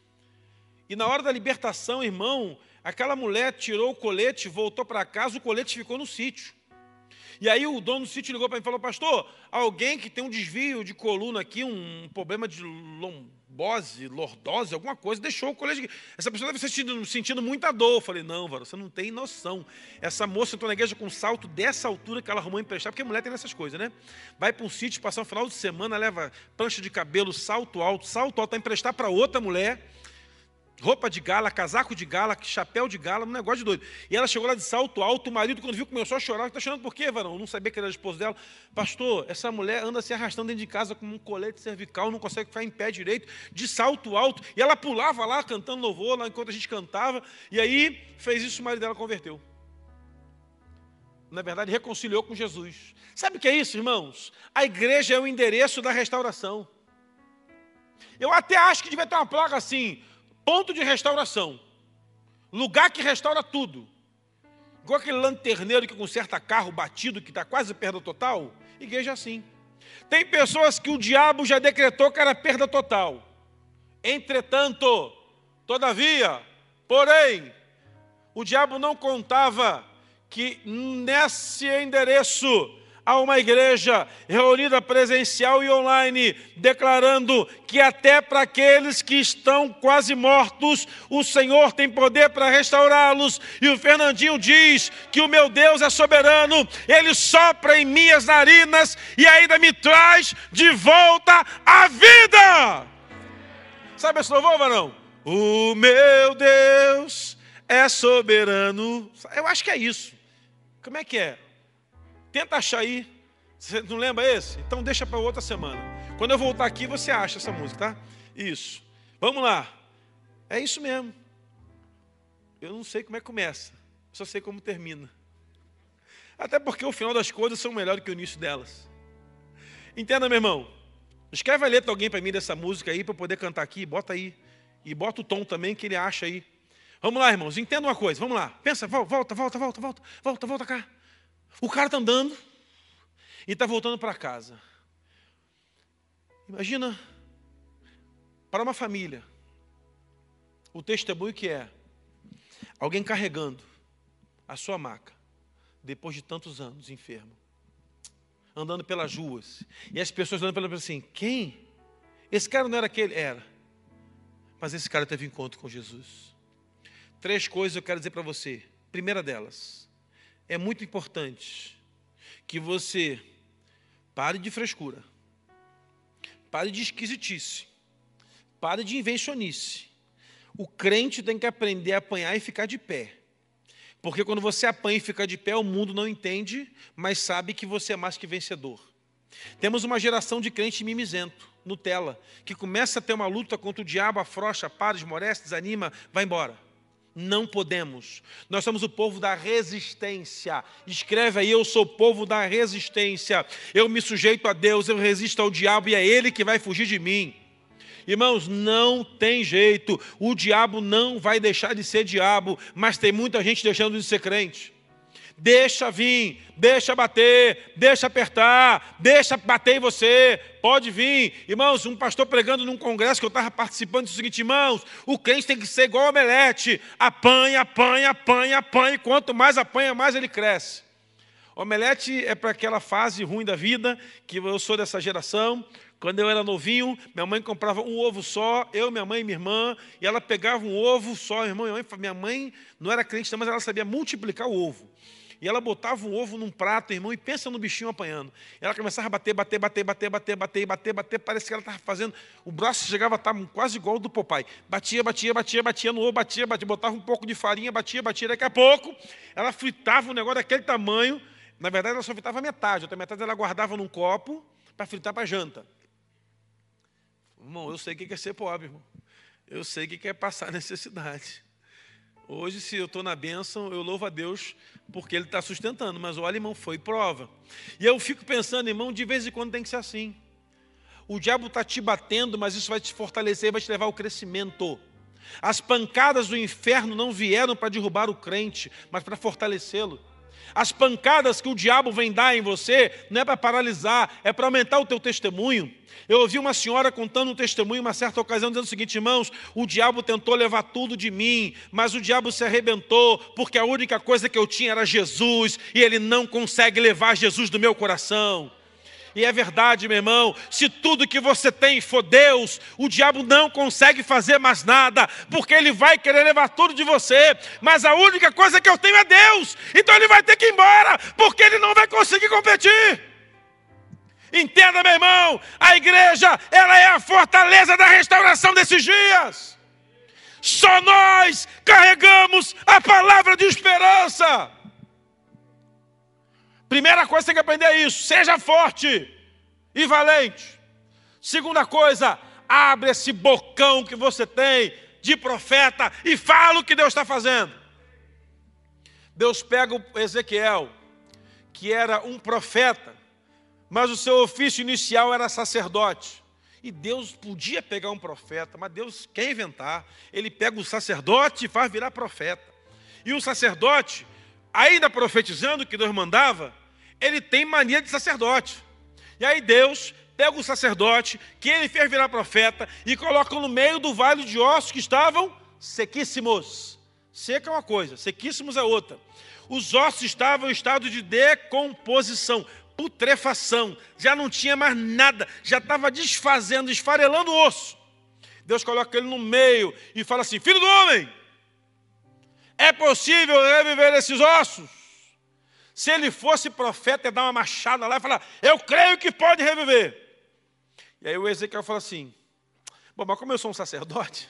E na hora da libertação, irmão, aquela mulher tirou o colete, voltou para casa, o colete ficou no sítio. E aí o dono do sítio ligou para mim e falou: pastor, alguém que tem um desvio de coluna aqui, um problema de lombose, lordose, alguma coisa, deixou o colete aqui. Essa pessoa deve estar sentindo, sentindo muita dor. Eu falei: não, Varo, você não tem noção. Essa moça entrou na igreja com um salto dessa altura que ela arrumou emprestar, porque a mulher tem essas coisas, né? Vai para um sítio, passar um final de semana, leva prancha de cabelo, salto alto, salto alto, para emprestar para outra mulher. Roupa de gala, casaco de gala, chapéu de gala, um negócio de doido. E ela chegou lá de salto alto, o marido, quando viu, começou a chorar. Está chorando por quê, Varão? Não sabia que era a esposa dela. Pastor, essa mulher anda se arrastando dentro de casa com um colete cervical, não consegue ficar em pé direito, de salto alto. E ela pulava lá, cantando louvor, lá enquanto a gente cantava. E aí, fez isso, o marido dela converteu. Na verdade, reconciliou com Jesus. Sabe o que é isso, irmãos? A igreja é o endereço da restauração. Eu até acho que devia ter uma placa assim: ponto de restauração. Lugar que restaura tudo. Igual aquele lanterneiro que conserta carro batido, que está quase perda total. Igreja assim. Tem pessoas que o diabo já decretou que era perda total. Entretanto, todavia, porém, o diabo não contava que nesse endereço há uma igreja reunida presencial e online, declarando que até para aqueles que estão quase mortos, o Senhor tem poder para restaurá-los. E o Fernandinho diz que o meu Deus é soberano, Ele sopra em minhas narinas e ainda me traz de volta à vida. Sabe esse louvor, varão? O meu Deus é soberano. Eu acho que é isso. Como é que é? Tenta achar aí. Você não lembra esse? Então deixa para outra semana. Quando eu voltar aqui, você acha essa música, tá? Isso. Vamos lá. É isso mesmo. Eu não sei como é que começa. Só sei como termina. Até porque o final das coisas são melhores que o início delas. Entenda, meu irmão. Escreve a letra alguém para mim dessa música aí, para eu poder cantar aqui. Bota aí. E bota o tom também que ele acha aí. Vamos lá, irmãos. Entenda uma coisa. Vamos lá. Pensa. Volta, volta, volta, volta. Volta, volta cá. O cara está andando e está voltando para casa. Imagina, para uma família, o testemunho que é alguém carregando a sua maca, depois de tantos anos, enfermo, andando pelas ruas, e as pessoas andando pelas ruas assim, quem? Esse cara não era aquele? Era. Mas esse cara teve encontro com Jesus. Três coisas eu quero dizer para você. Primeira delas, é muito importante que você pare de frescura, pare de esquisitice, pare de invencionice. O crente tem que aprender a apanhar e ficar de pé. Porque quando você apanha e fica de pé, o mundo não entende, mas sabe que você é mais que vencedor. Temos uma geração de crente mimizento, Nutella, que começa a ter uma luta contra o diabo, afrouxa, para, esmorece, desanima, vai embora. Não podemos. Nós somos o povo da resistência. Escreve aí, eu sou o povo da resistência. Eu me sujeito a Deus, eu resisto ao diabo e é Ele que vai fugir de mim. Irmãos, não tem jeito. O diabo não vai deixar de ser diabo, mas tem muita gente deixando de ser crente. Deixa vir, deixa bater, deixa apertar, deixa bater em você, pode vir. Irmãos, um pastor pregando num congresso que eu estava participando, disse o seguinte, irmãos, o crente tem que ser igual omelete, apanha, apanha, apanha, apanha, e quanto mais apanha, mais ele cresce. Omelete é para aquela fase ruim da vida, que eu sou dessa geração. Quando eu era novinho, minha mãe comprava um ovo só, eu, minha mãe e minha irmã, e ela pegava um ovo só, irmão, minha mãe, minha mãe não era crente, mas ela sabia multiplicar o ovo. E ela botava um ovo num prato, irmão, e pensa no bichinho apanhando. E ela começava a bater, bater, bater, bater, bater, bater, bater, bater, parece que ela estava fazendo, o braço chegava a estar quase igual ao do papai. Batia, batia, batia, batia no ovo, batia, batia, botava um pouco de farinha, batia, batia, daqui a pouco, ela fritava um negócio daquele tamanho, na verdade ela só fritava metade, a outra metade ela guardava num copo para fritar para janta. Irmão, eu sei o que é ser pobre, irmão. Eu sei o que é passar necessidade. Hoje, se eu estou na bênção, eu louvo a Deus porque Ele está sustentando. Mas olha, irmão, foi prova. E eu fico pensando, irmão, de vez em quando tem que ser assim. O diabo está te batendo, mas isso vai te fortalecer, vai te levar ao crescimento. As pancadas do inferno não vieram para derrubar o crente, mas para fortalecê-lo. As pancadas que o diabo vem dar em você não é para paralisar, é para aumentar o teu testemunho. Eu ouvi uma senhora contando um testemunho em uma certa ocasião, dizendo o seguinte, irmãos, o diabo tentou levar tudo de mim, mas o diabo se arrebentou, porque a única coisa que eu tinha era Jesus, e ele não consegue levar Jesus do meu coração. E é verdade, meu irmão, se tudo que você tem for Deus, o diabo não consegue fazer mais nada, porque ele vai querer levar tudo de você, mas a única coisa que eu tenho é Deus, então ele vai ter que ir embora, porque ele não vai conseguir competir. Entenda, meu irmão, a igreja, ela é a fortaleza da restauração desses dias. Só nós carregamos a palavra de esperança. Primeira coisa que tem que aprender é isso, seja forte e valente. Segunda coisa, abre esse bocão que você tem de profeta e fala o que Deus está fazendo. Deus pega o Ezequiel, que era um profeta, mas o seu ofício inicial era sacerdote. E Deus podia pegar um profeta, mas Deus quer inventar. Ele pega o sacerdote e faz virar profeta. E o sacerdote, ainda profetizando o que Deus mandava, ele tem mania de sacerdote. E aí Deus pega o sacerdote, que ele fez virar profeta, e coloca no meio do vale de ossos que estavam sequíssimos. Seca é uma coisa, sequíssimos é outra. Os ossos estavam em estado de decomposição, putrefação, já não tinha mais nada, já estava desfazendo, esfarelando o osso. Deus coloca ele no meio e fala assim, filho do homem, é possível reviver esses ossos? Se ele fosse profeta, ia dar uma machada lá e falar, eu creio que pode reviver. E aí o Ezequiel fala assim, bom, mas como eu sou um sacerdote,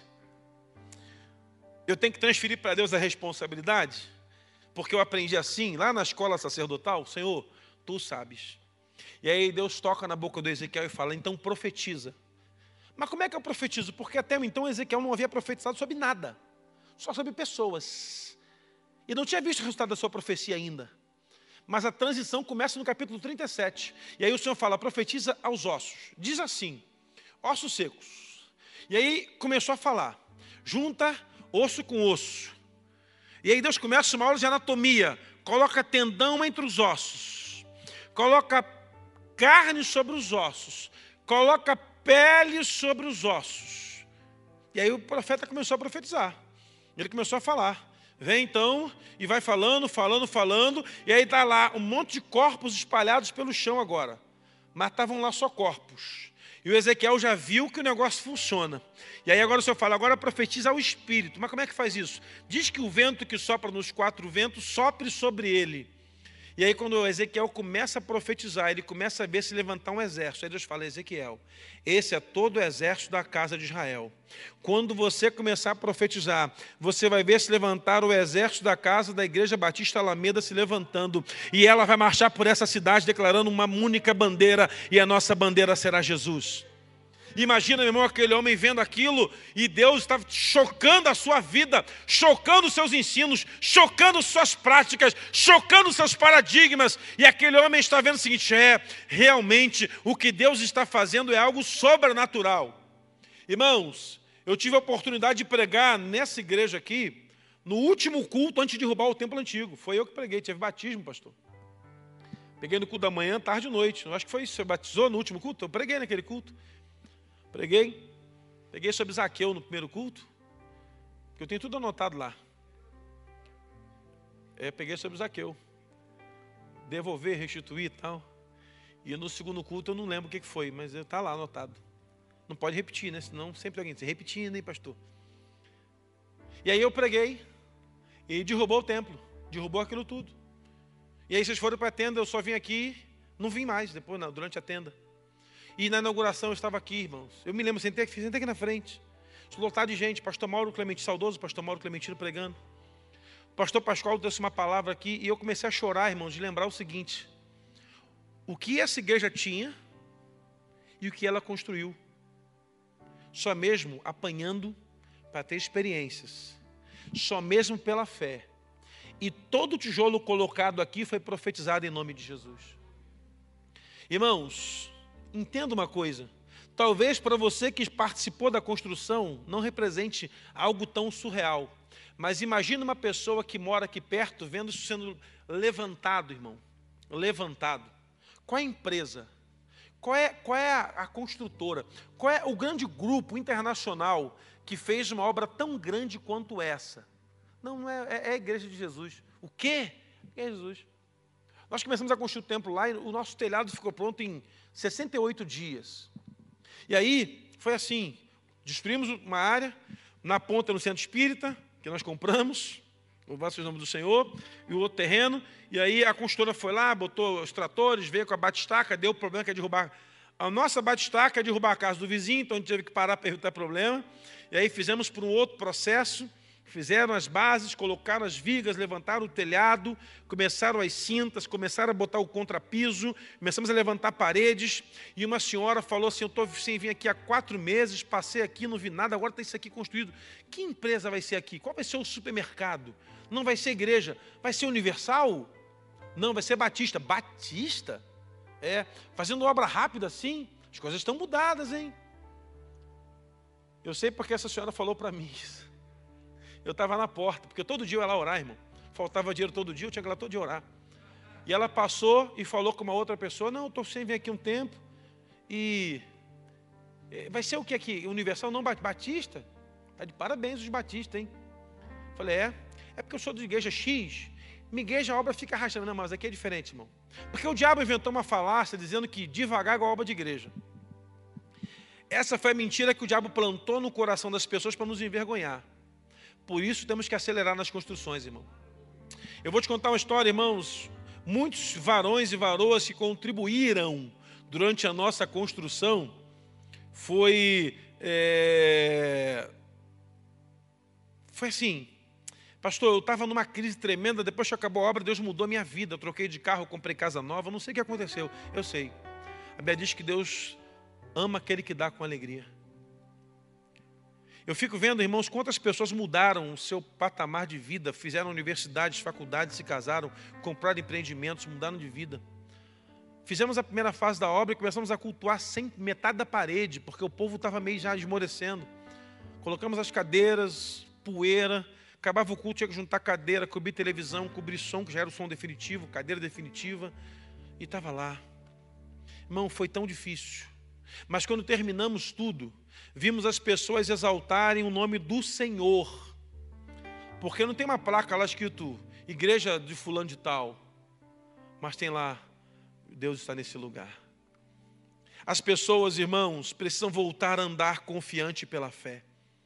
eu tenho que transferir para Deus a responsabilidade, porque eu aprendi assim, lá na escola sacerdotal, Senhor, tu sabes. E aí Deus toca na boca do Ezequiel e fala, então profetiza. Mas como é que eu profetizo? Porque até então Ezequiel não havia profetizado sobre nada, só sobre pessoas. E não tinha visto o resultado da sua profecia ainda. Mas a transição começa no capítulo trinta e sete. E aí o Senhor fala, profetiza aos ossos. Diz assim, ossos secos. E aí começou a falar, junta osso com osso. E aí Deus começa uma aula de anatomia. Coloca tendão entre os ossos. Coloca carne sobre os ossos. Coloca pele sobre os ossos. E aí o profeta começou a profetizar. Ele começou a falar. Vem então, e vai falando, falando, falando, e aí está lá um monte de corpos espalhados pelo chão agora. Mas estavam lá só corpos. E o Ezequiel já viu que o negócio funciona. E aí agora o Senhor fala, agora profetiza ao Espírito. Mas como é que faz isso? Diz que o vento que sopra nos quatro ventos sopre sobre ele. E aí quando o Ezequiel começa a profetizar, ele começa a ver se levantar um exército. Aí Deus fala, Ezequiel, esse é todo o exército da casa de Israel. Quando você começar a profetizar, você vai ver se levantar o exército da casa da Igreja Batista Alameda se levantando. E ela vai marchar por essa cidade declarando uma única bandeira, e a nossa bandeira será Jesus. Imagina, meu irmão, aquele homem vendo aquilo e Deus estava chocando a sua vida, chocando os seus ensinos, chocando suas práticas, chocando seus paradigmas. E aquele homem está vendo o seguinte, é, realmente o que Deus está fazendo é algo sobrenatural. Irmãos, eu tive a oportunidade de pregar nessa igreja aqui, no último culto antes de derrubar o templo antigo. Foi eu que preguei, teve batismo, pastor. Peguei no culto da manhã, tarde e noite. Eu acho que foi isso, você batizou no último culto? Eu preguei naquele culto. Preguei, peguei sobre Zaqueu no primeiro culto, que eu tenho tudo anotado lá. É, peguei sobre Zaqueu, devolver, restituir e tal. E no segundo culto eu não lembro o que foi, mas está lá anotado. Não pode repetir, né? Senão sempre alguém diz, repetindo, hein, pastor? E aí eu preguei, e derrubou o templo, derrubou aquilo tudo. E aí vocês foram para a tenda, eu só vim aqui, não vim mais depois, não, durante a tenda. E na inauguração eu estava aqui, irmãos. Eu me lembro, sentei aqui, sentei aqui na frente. Lotado de gente, pastor Mauro Clementino, saudoso pastor Mauro Clementino pregando. O pastor Pascoal trouxe uma palavra aqui e eu comecei a chorar, irmãos, de lembrar o seguinte. O que essa igreja tinha e o que ela construiu. Só mesmo apanhando para ter experiências. Só mesmo pela fé. E todo o tijolo colocado aqui foi profetizado em nome de Jesus. Irmãos, entenda uma coisa, talvez para você que participou da construção não represente algo tão surreal, mas imagina uma pessoa que mora aqui perto vendo isso sendo levantado, irmão, levantado. Qual é a empresa? Qual é, qual é a, a construtora? Qual é o grande grupo internacional que fez uma obra tão grande quanto essa? Não, não é, é, é a igreja de Jesus. O quê? É Jesus. Nós começamos a construir o templo lá e o nosso telhado ficou pronto em sessenta e oito dias. E aí, foi assim, destruímos uma área, na ponta no centro espírita, que nós compramos, louvado seja o nome do Senhor, e o outro terreno, e aí a construtora foi lá, botou os tratores, veio com a batistaca, deu o problema que é derrubar. A nossa batistaca é derrubar a casa do vizinho, então a gente teve que parar para evitar problema, e aí fizemos por um outro processo. Fizeram as bases, colocaram as vigas, levantaram o telhado, começaram as cintas, começaram a botar o contrapiso, começamos a levantar paredes, e uma senhora falou assim, eu estou sem vir aqui há quatro meses, passei aqui, não vi nada, agora está isso aqui construído. Que empresa vai ser aqui? Qual vai ser o supermercado? Não vai ser igreja, vai ser Universal? Não, vai ser Batista. Batista? É, fazendo obra rápida assim, as coisas estão mudadas, hein? Eu sei porque essa senhora falou para mim isso. Eu estava na porta, porque todo dia eu ia lá orar, irmão. Faltava dinheiro todo dia, eu tinha que ir lá todo dia orar. E ela passou e falou com uma outra pessoa, não, eu estou sem vir aqui um tempo, e vai ser o que aqui? Universal não Batista? Está de parabéns os batistas, hein? Falei, é, é porque eu sou de igreja X, minha igreja a obra fica arrastando. Não, mas aqui é diferente, irmão. Porque o diabo inventou uma falácia dizendo que devagar é igual a obra de igreja. Essa foi a mentira que o diabo plantou no coração das pessoas para nos envergonhar. Por isso temos que acelerar nas construções, irmão. Eu vou te contar uma história, irmãos. Muitos varões e varoas que contribuíram durante a nossa construção foi, é... foi assim, pastor, eu estava numa crise tremenda, depois que acabou a obra, Deus mudou a minha vida, eu troquei de carro, comprei casa nova, não sei o que aconteceu, eu sei. A Bíblia diz que Deus ama aquele que dá com alegria. Eu fico vendo, irmãos, quantas pessoas mudaram o seu patamar de vida, fizeram universidades, faculdades, se casaram, compraram empreendimentos, mudaram de vida. Fizemos a primeira fase da obra e começamos a cultuar sem metade da parede, porque o povo estava meio já esmorecendo. Colocamos as cadeiras, poeira, acabava o culto, tinha que juntar cadeira, cobrir televisão, cobrir som, que já era o som definitivo, cadeira definitiva, e estava lá. Irmão, foi tão difícil. Mas quando terminamos tudo, vimos as pessoas exaltarem o nome do Senhor. Porque não tem uma placa lá escrito igreja de fulano de tal, mas tem lá, Deus está nesse lugar. As pessoas, irmãos, precisam voltar a andar confiante pela fé.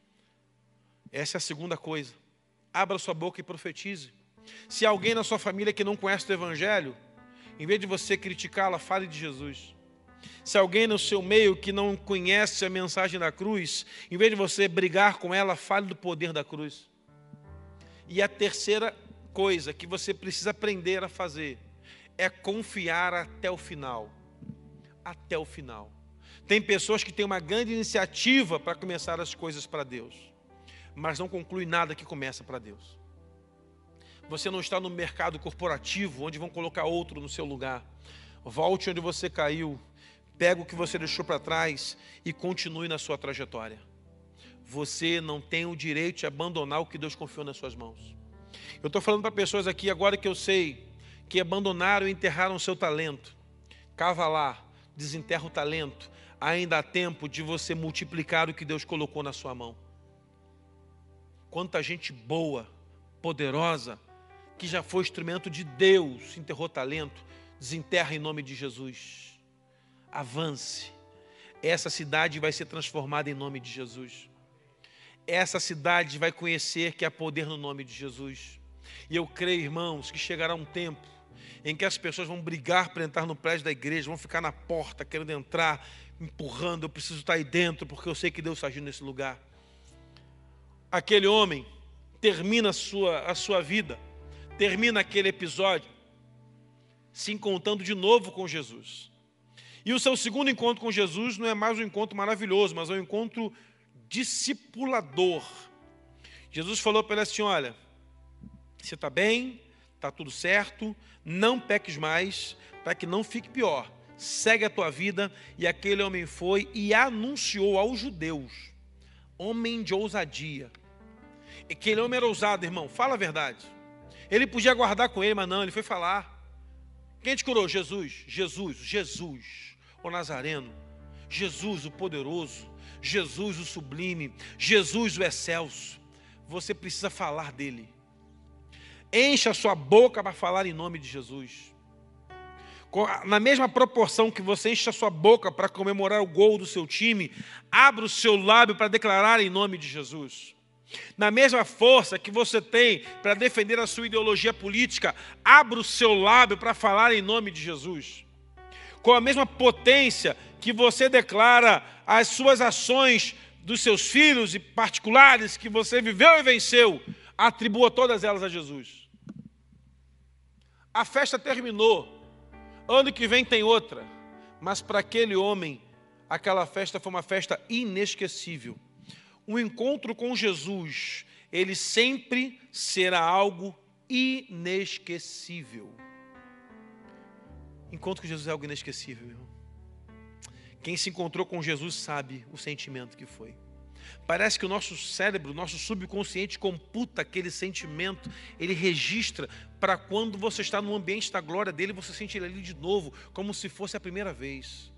Essa é a segunda coisa. Abra sua boca e profetize. Se há alguém na sua família que não conhece o Evangelho, em vez de você criticá-la, fale de Jesus. Se há alguém no seu meio que não conhece a mensagem da cruz, em vez de você brigar com ela, fale do poder da cruz. E a terceira coisa que você precisa aprender a fazer é confiar até o final. Até o final. Tem pessoas que têm uma grande iniciativa para começar as coisas para Deus, mas não conclui nada que começa para Deus. Você não está no mercado corporativo, onde vão colocar outro no seu lugar. Volte onde você caiu, pega o que você deixou para trás e continue na sua trajetória. Você não tem o direito de abandonar o que Deus confiou nas suas mãos. Eu estou falando para pessoas aqui agora que eu sei que abandonaram e enterraram o seu talento. Cava lá, desenterra o talento. Ainda há tempo de você multiplicar o que Deus colocou na sua mão. Quanta gente boa, poderosa, que já foi instrumento de Deus, enterrou talento, desenterra em nome de Jesus. Avance. Essa cidade vai ser transformada em nome de Jesus. Essa cidade vai conhecer que há poder no nome de Jesus. E eu creio, irmãos, que chegará um tempo em que as pessoas vão brigar para entrar no prédio da igreja, vão ficar na porta querendo entrar, empurrando, eu preciso estar aí dentro, porque eu sei que Deus está agindo nesse lugar. Aquele homem termina a sua, a sua vida, termina aquele episódio, se encontrando de novo com Jesus. E o seu segundo encontro com Jesus não é mais um encontro maravilhoso, mas é um encontro discipulador. Jesus falou para ele assim, olha, você está bem, está tudo certo, não peques mais, para que não fique pior. Segue a tua vida. E aquele homem foi e anunciou aos judeus, homem de ousadia. Aquele homem era ousado, irmão, fala a verdade. Ele podia guardar com ele, mas não, ele foi falar. Quem te curou? Jesus. Jesus, Jesus, o Nazareno. Jesus, o poderoso. Jesus, o sublime. Jesus, o excelso. Você precisa falar dele. Encha a sua boca para falar em nome de Jesus. Na mesma proporção que você enche a sua boca para comemorar o gol do seu time, abra o seu lábio para declarar em nome de Jesus. Na mesma força que você tem para defender a sua ideologia política, abra o seu lábio para falar em nome de Jesus. Com a mesma potência que você declara as suas ações dos seus filhos e particulares que você viveu e venceu, atribua todas elas a Jesus. A festa terminou. Ano que vem tem outra. Mas para aquele homem, aquela festa foi uma festa inesquecível. O encontro com Jesus, ele sempre será algo inesquecível. Encontro com Jesus é algo inesquecível, meu irmão. Quem se encontrou com Jesus sabe o sentimento que foi. Parece que o nosso cérebro, o nosso subconsciente computa aquele sentimento, ele registra para quando você está no ambiente da glória dele, você sente ele ali de novo, como se fosse a primeira vez.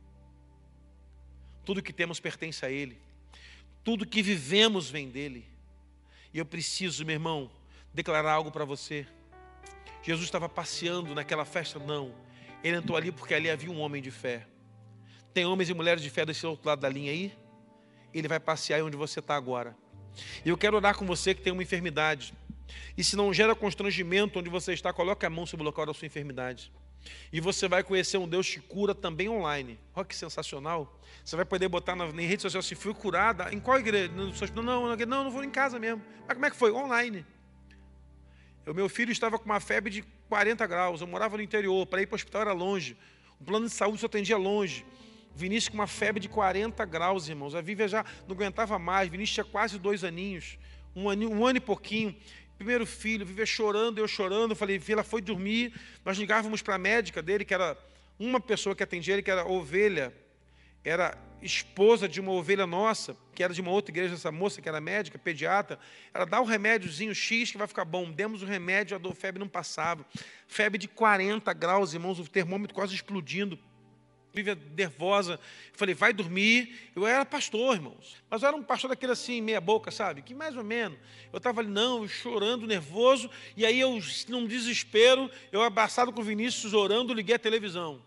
Tudo que temos pertence a ele. Tudo que vivemos vem dele. E eu preciso, meu irmão, declarar algo para você. Jesus estava passeando naquela festa? Não. Ele entrou ali porque ali havia um homem de fé. Tem homens e mulheres de fé desse outro lado da linha aí? Ele vai passear onde você está agora. E eu quero orar com você que tem uma enfermidade. E se não gera constrangimento onde você está, coloque a mão sobre o local da sua enfermidade. E você vai conhecer um Deus que cura também online. Olha que sensacional. Você vai poder botar na, na rede social, se fui curada. Em qual igreja? Não, não, não, não vou em casa mesmo. Mas como é que foi? Online. O meu filho estava com uma febre de quarenta graus. Eu morava no interior. Para ir para o hospital era longe. O plano de saúde só atendia longe. Vinícius com uma febre de quarenta graus, irmãos. A Vívia já não aguentava mais. Vinícius tinha quase dois aninhos. Um ano, um ano e pouquinho. Primeiro filho, Vívia chorando, eu chorando. Eu falei, ela foi dormir. Nós ligávamos para a médica dele, que era uma pessoa que atendia ele, que era ovelha. Era esposa de uma ovelha nossa, que era de uma outra igreja, essa moça que era médica, pediatra. Ela dá um remédiozinho X que vai ficar bom. Demos o remédio, a febre não passava. Febre de quarenta graus, irmãos, o termômetro quase explodindo. Lívia nervosa. Eu falei, vai dormir. Eu era pastor, irmãos. Mas eu era um pastor daquele assim, meia boca, sabe? Que mais ou menos. Eu estava ali, não, chorando, nervoso. E aí eu, num desespero, eu abraçado com o Vinícius, orando, liguei a televisão.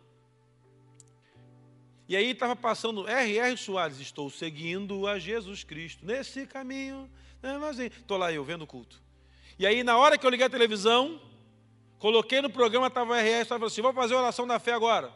E aí estava passando R R Soares, estou seguindo a Jesus Cristo nesse caminho. Estou lá eu, vendo o culto. E aí, na hora que eu liguei a televisão, coloquei no programa, estava R R, estava assim, vou fazer a oração da fé agora.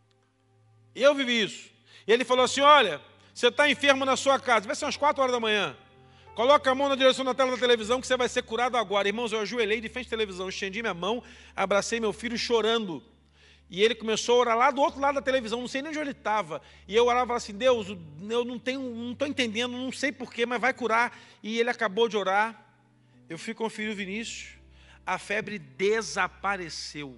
E eu vivi isso. E ele falou assim, olha, você está enfermo na sua casa, vai ser umas quatro horas da manhã. Coloca a mão na direção da tela da televisão que você vai ser curado agora. Irmãos, eu ajoelhei de frente à televisão, estendi minha mão, abracei meu filho chorando. E ele começou a orar lá do outro lado da televisão, não sei nem onde ele estava. E eu orava assim, Deus, eu não tenho, não estou entendendo, não sei porquê, mas vai curar. E ele acabou de orar. Eu fui conferir o Vinícius. A febre desapareceu.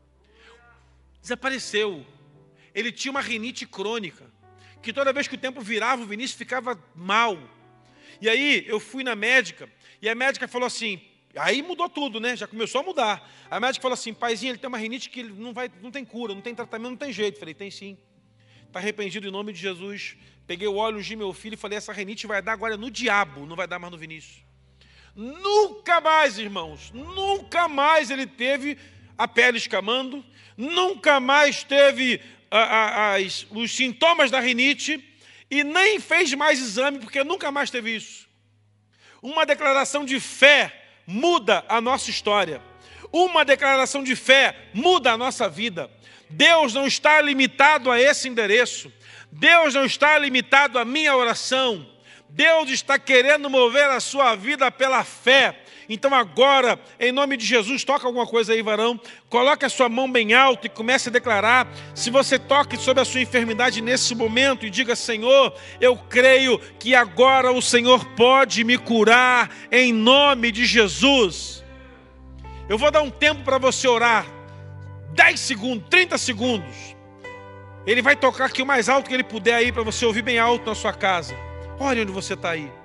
Desapareceu. Ele tinha uma rinite crônica, que toda vez que o tempo virava, o Vinícius ficava mal. E aí eu fui na médica, e a médica falou assim, aí mudou tudo, né? Já começou a mudar. A médica falou assim, paizinho, ele tem uma rinite que não, vai, não tem cura, não tem tratamento, não tem jeito. Falei, tem sim. Está arrependido em nome de Jesus. Peguei o óleo, ungi meu filho e falei, essa rinite vai dar agora no diabo, não vai dar mais no Vinícius. Nunca mais, irmãos, nunca mais ele teve a pele escamando, nunca mais teve a, a, as, os sintomas da rinite e nem fez mais exame, porque nunca mais teve isso. Uma declaração de fé muda a nossa história. Uma declaração de fé muda a nossa vida. Deus não está limitado a esse endereço. Deus não está limitado à minha oração. Deus está querendo mover a sua vida pela fé. Então agora, em nome de Jesus, toca alguma coisa aí, varão. Coloque a sua mão bem alto e comece a declarar. Se você toque sobre a sua enfermidade nesse momento e diga, Senhor, eu creio que agora o Senhor pode me curar em nome de Jesus. Eu vou dar um tempo para você orar. dez segundos, trinta segundos. Ele vai tocar aqui o mais alto que ele puder aí, para você ouvir bem alto na sua casa. Olha onde você está aí.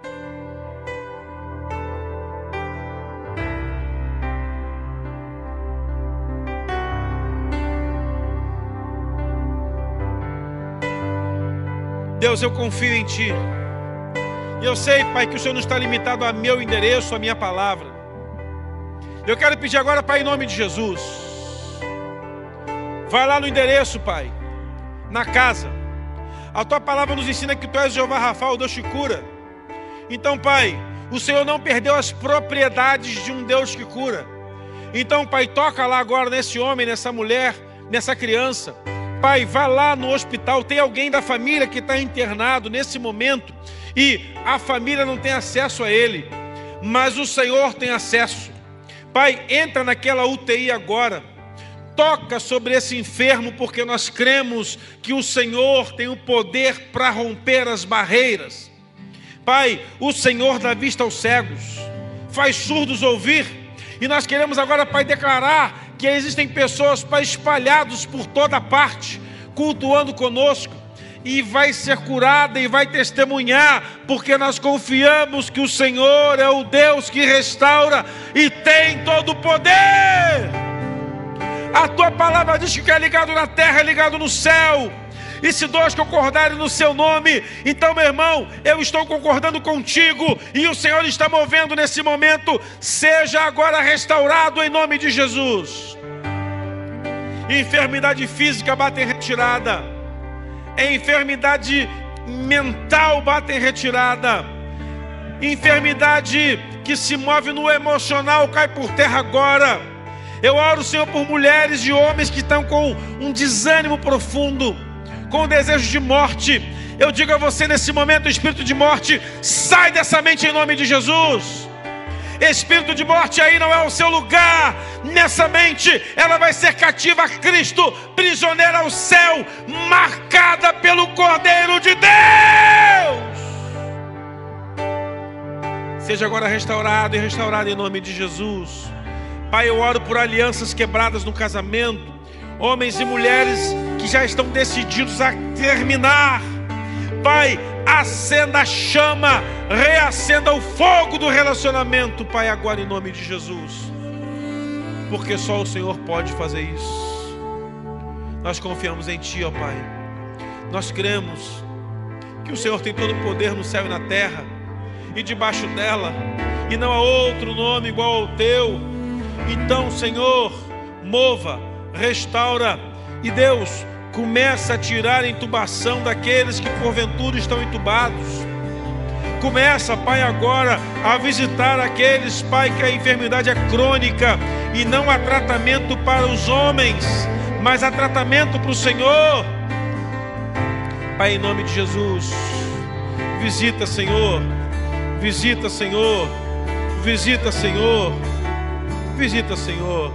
Deus, eu confio em Ti. E eu sei, Pai, que o Senhor não está limitado a meu endereço, a minha palavra. Eu quero pedir agora, Pai, em nome de Jesus. Vai lá no endereço, Pai, na casa. A Tua palavra nos ensina que Tu és Jeová Rafa, o Deus que cura. Então, Pai, o Senhor não perdeu as propriedades de um Deus que cura. Então, Pai, toca lá agora nesse homem, nessa mulher, nessa criança. Pai, vá lá no hospital, tem alguém da família que está internado nesse momento e a família não tem acesso a ele, mas o Senhor tem acesso. Pai, entra naquela U T I agora, toca sobre esse enfermo, porque nós cremos que o Senhor tem o poder para romper as barreiras. Pai, o Senhor dá vista aos cegos, faz surdos ouvir, e nós queremos agora, Pai, declarar que existem pessoas, Pai, espalhados por toda parte, cultuando conosco, e vai ser curada e vai testemunhar, porque nós confiamos que o Senhor é o Deus que restaura e tem todo o poder. A Tua palavra diz que o que é ligado na terra é ligado no céu. E se dois concordarem no Seu nome, então, meu irmão, eu estou concordando contigo e o Senhor está movendo nesse momento. Seja agora restaurado em nome de Jesus. Enfermidade física bate em retirada. Enfermidade mental bate em retirada. Enfermidade que se move no emocional cai por terra agora. Eu oro, Senhor, por mulheres e homens que estão com um desânimo profundo, com desejo de morte. Eu digo a você nesse momento, espírito de morte, sai dessa mente em nome de Jesus. Espírito de morte, aí não é o seu lugar. Nessa mente, ela vai ser cativa a Cristo, prisioneira ao céu, marcada pelo Cordeiro de Deus. Seja agora restaurado e restaurado em nome de Jesus. Pai, eu oro por alianças quebradas no casamento, homens e mulheres que já estão decididos a terminar. Pai, acenda a chama, reacenda o fogo do relacionamento, Pai, agora em nome de Jesus, porque só o Senhor pode fazer isso. Nós confiamos em Ti, ó Pai. Nós cremos que o Senhor tem todo o poder no céu e na terra, e debaixo dela, e não há outro nome igual ao teu. Então, Senhor, mova, restaura, e Deus, começa a tirar a intubação daqueles que porventura estão entubados. Começa, Pai, agora a visitar aqueles, Pai, que a enfermidade é crônica e não há tratamento para os homens, mas há tratamento para o Senhor. Pai, em nome de Jesus, visita, Senhor, visita, Senhor, visita, Senhor, visita, Senhor.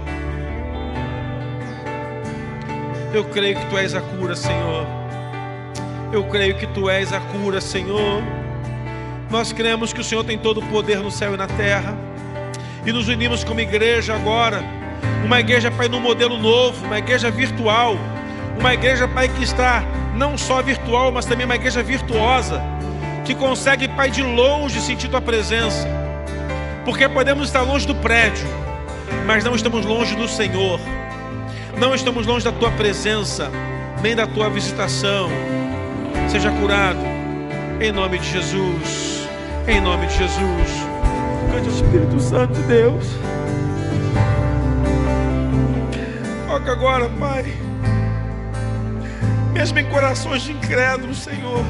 Eu creio que Tu és a cura, Senhor. Eu creio que Tu és a cura, Senhor. Nós cremos que o Senhor tem todo o poder no céu e na terra, e nos unimos como igreja agora, uma igreja, Pai, num modelo novo, uma igreja virtual, uma igreja, Pai, que está não só virtual, mas também uma igreja virtuosa, que consegue, Pai, de longe sentir Tua presença, porque podemos estar longe do prédio, mas não estamos longe do Senhor, não estamos longe da Tua presença, nem da Tua visitação. Seja curado, em nome de Jesus. Em nome de Jesus. Cante o Espírito Santo de Deus. Toca agora, Pai. Mesmo em corações de incrédulos, Senhor,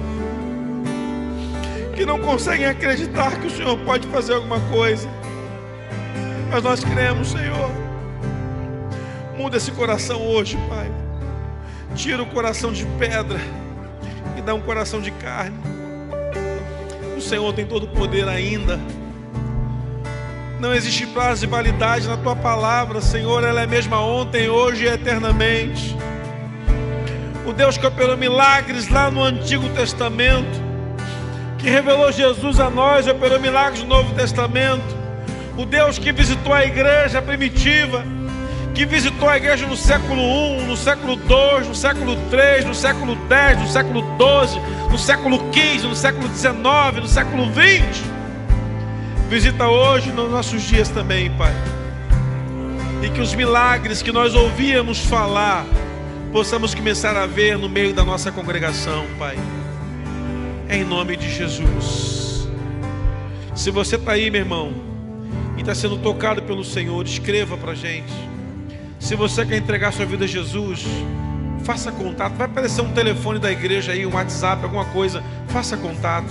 que não conseguem acreditar que o Senhor pode fazer alguma coisa, mas nós cremos, Senhor. Muda esse coração hoje, Pai. Tira o coração de pedra e dá um coração de carne. O Senhor tem todo o poder ainda. Não existe prazo de validade na Tua palavra, Senhor. Ela é a mesma ontem, hoje e eternamente. O Deus que operou milagres lá no Antigo Testamento, que revelou Jesus a nós, operou milagres no Novo Testamento. O Deus que visitou a igreja primitiva, que visitou a igreja no século um, no século dois, no século três, no século dez, no século doze, no século quinze, no século dezenove, no século vinte. Visita hoje nos nossos dias também, Pai. E que os milagres que nós ouvíamos falar, possamos começar a ver no meio da nossa congregação, Pai. Em nome de Jesus. Se você está aí, meu irmão, e está sendo tocado pelo Senhor, escreva para a gente. Se você quer entregar sua vida a Jesus, faça contato. Vai aparecer um telefone da igreja aí, um WhatsApp, alguma coisa. Faça contato.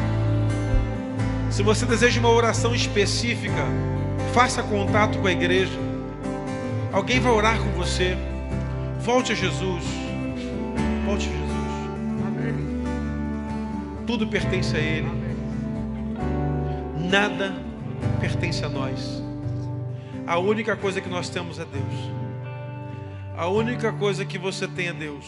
Se você deseja uma oração específica, faça contato com a igreja. Alguém vai orar com você. Volte a Jesus. Volte a Jesus. Amém. Tudo pertence a Ele. Nada pertence a nós. A única coisa que nós temos é Deus. A única coisa que você tem é Deus.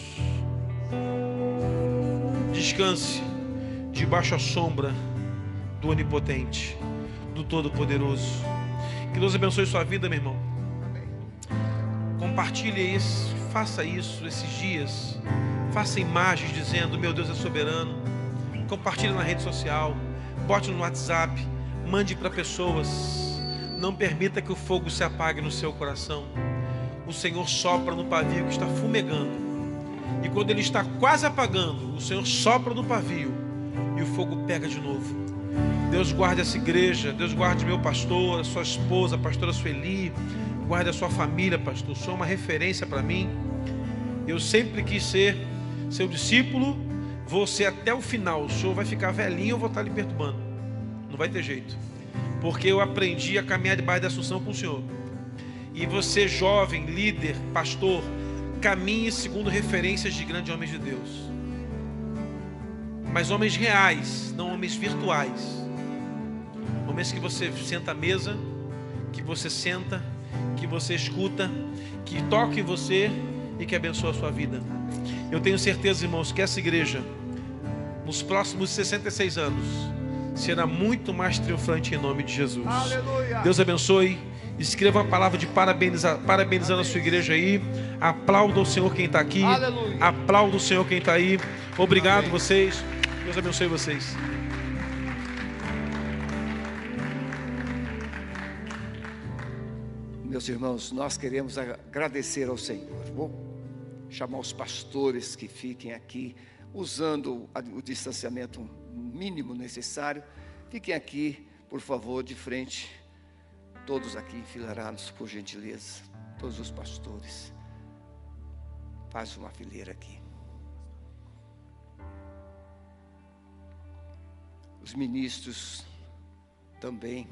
Descanse debaixo da sombra do Onipotente, do Todo-Poderoso. Que Deus abençoe sua vida, meu irmão. Compartilhe isso, faça isso esses dias. Faça imagens dizendo: meu Deus é soberano. Compartilhe na rede social, bote no WhatsApp, mande para pessoas. Não permita que o fogo se apague no seu coração. O Senhor sopra no pavio que está fumegando, e quando ele está quase apagando, o Senhor sopra no pavio e o fogo pega de novo. Deus guarde essa igreja. Deus guarde meu pastor, a sua esposa, a pastora Sueli. Guarde a sua família, pastor. O Senhor é uma referência para mim. Eu sempre quis ser seu discípulo. Vou ser até o final. O Senhor vai ficar velhinho, eu vou estar lhe perturbando. Não vai ter jeito, porque eu aprendi a caminhar debaixo da Assunção com o Senhor. E você, jovem, líder, pastor, caminhe segundo referências de grandes homens de Deus. Mas homens reais, não homens virtuais. Homens que você senta à mesa, que você senta, que você escuta, que toca em você e que abençoa a sua vida. Eu tenho certeza, irmãos, que essa igreja, nos próximos sessenta e seis anos, será muito mais triunfante em nome de Jesus. Aleluia. Deus abençoe. Escreva a palavra de parabenizar, parabenizando Amém. A sua igreja aí. Aplauda o Senhor quem está aqui. Aleluia. Aplauda o Senhor quem está aí. Obrigado. Amém. Vocês. Deus abençoe vocês. Meus irmãos, nós queremos agradecer ao Senhor. Vou chamar os pastores que fiquem aqui, usando o distanciamento mínimo necessário. Fiquem aqui, por favor, de frente, todos aqui enfileirados, por gentileza, todos os pastores. Faz uma fileira aqui. Os ministros também.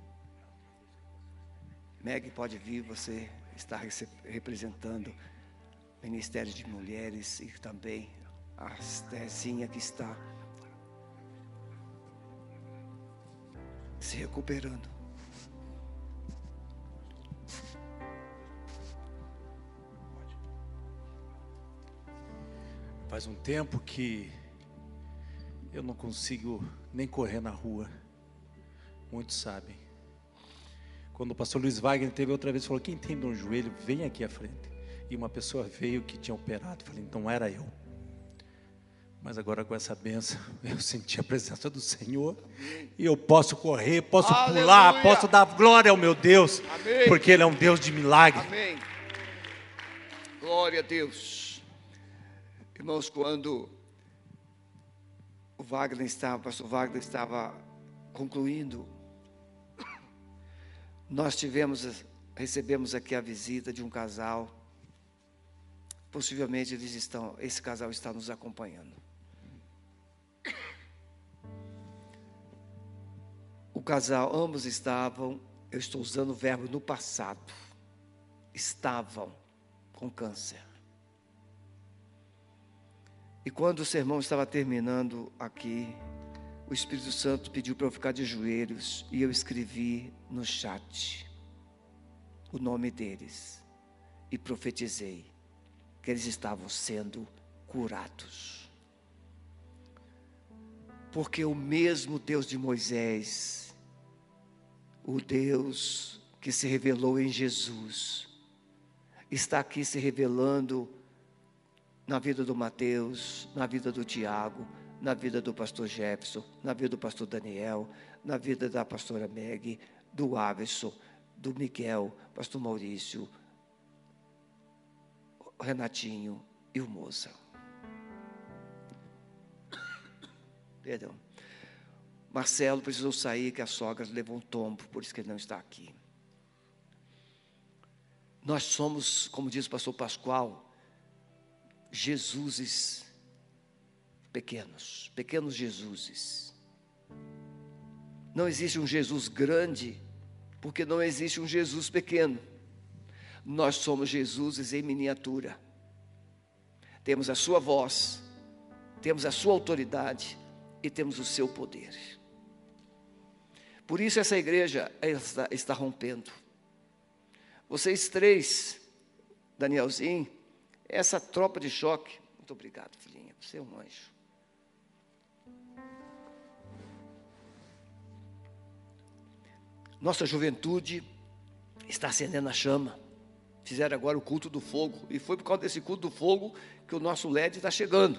Meg, pode vir, você está representando o Ministério de Mulheres e também a Terezinha que está se recuperando. Faz um tempo que eu não consigo nem correr na rua. Muitos sabem. Quando o pastor Luiz Wagner teve outra vez, falou: quem tem dor no joelho, vem aqui à frente. E uma pessoa veio que tinha operado. Falei: então era eu. Mas agora com essa bênção, eu senti a presença do Senhor. E eu posso correr, posso Aleluia. pular, posso dar glória ao meu Deus. Amém. Porque Ele é um Deus de milagre. Amém. Glória a Deus. Irmãos, quando o Wagner estava, o pastor Wagner estava concluindo, nós tivemos, recebemos aqui a visita de um casal. Possivelmente eles estão, esse casal está nos acompanhando. O casal, ambos estavam, eu estou usando o verbo no passado, estavam com câncer. E quando o sermão estava terminando aqui, o Espírito Santo pediu para eu ficar de joelhos e eu escrevi no chat o nome deles e profetizei que eles estavam sendo curados. Porque o mesmo Deus de Moisés, o Deus que se revelou em Jesus, está aqui se revelando na vida do Mateus, na vida do Tiago, na vida do pastor Jefferson, na vida do pastor Daniel, na vida da pastora Meg, do Averson, do Miguel, pastor Maurício, o Renatinho e o Moça. Perdão. Marcelo precisou sair, que a sogra levou um tombo, por isso que ele não está aqui. Nós somos, como diz o pastor Pascoal, Jesuses pequenos, pequenos Jesuses. Não existe um Jesus grande, porque não existe um Jesus pequeno. Nós somos Jesuses em miniatura. Temos a sua voz, temos a sua autoridade e temos o seu poder. Por isso essa igreja está, está rompendo. Vocês três, Danielzinho, essa tropa de choque. Muito obrigado, filhinha, você é um anjo. Nossa juventude está acendendo a chama. Fizeram agora o culto do fogo. E foi por causa desse culto do fogo que o nosso L E D está chegando.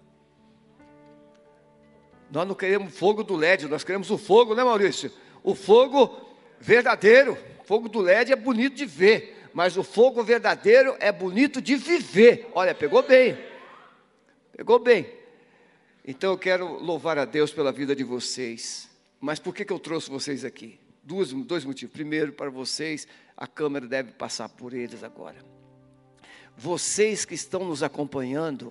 Nós não queremos fogo do L E D, nós queremos o fogo, né, Maurício? O fogo verdadeiro. O fogo do L E D é bonito de ver, mas o fogo verdadeiro é bonito de viver. Olha, pegou bem. Pegou bem. Então eu quero louvar a Deus pela vida de vocês. Mas por que que eu trouxe vocês aqui? Dois, dois motivos. Primeiro, para vocês, a câmera deve passar por eles agora. Vocês que estão nos acompanhando,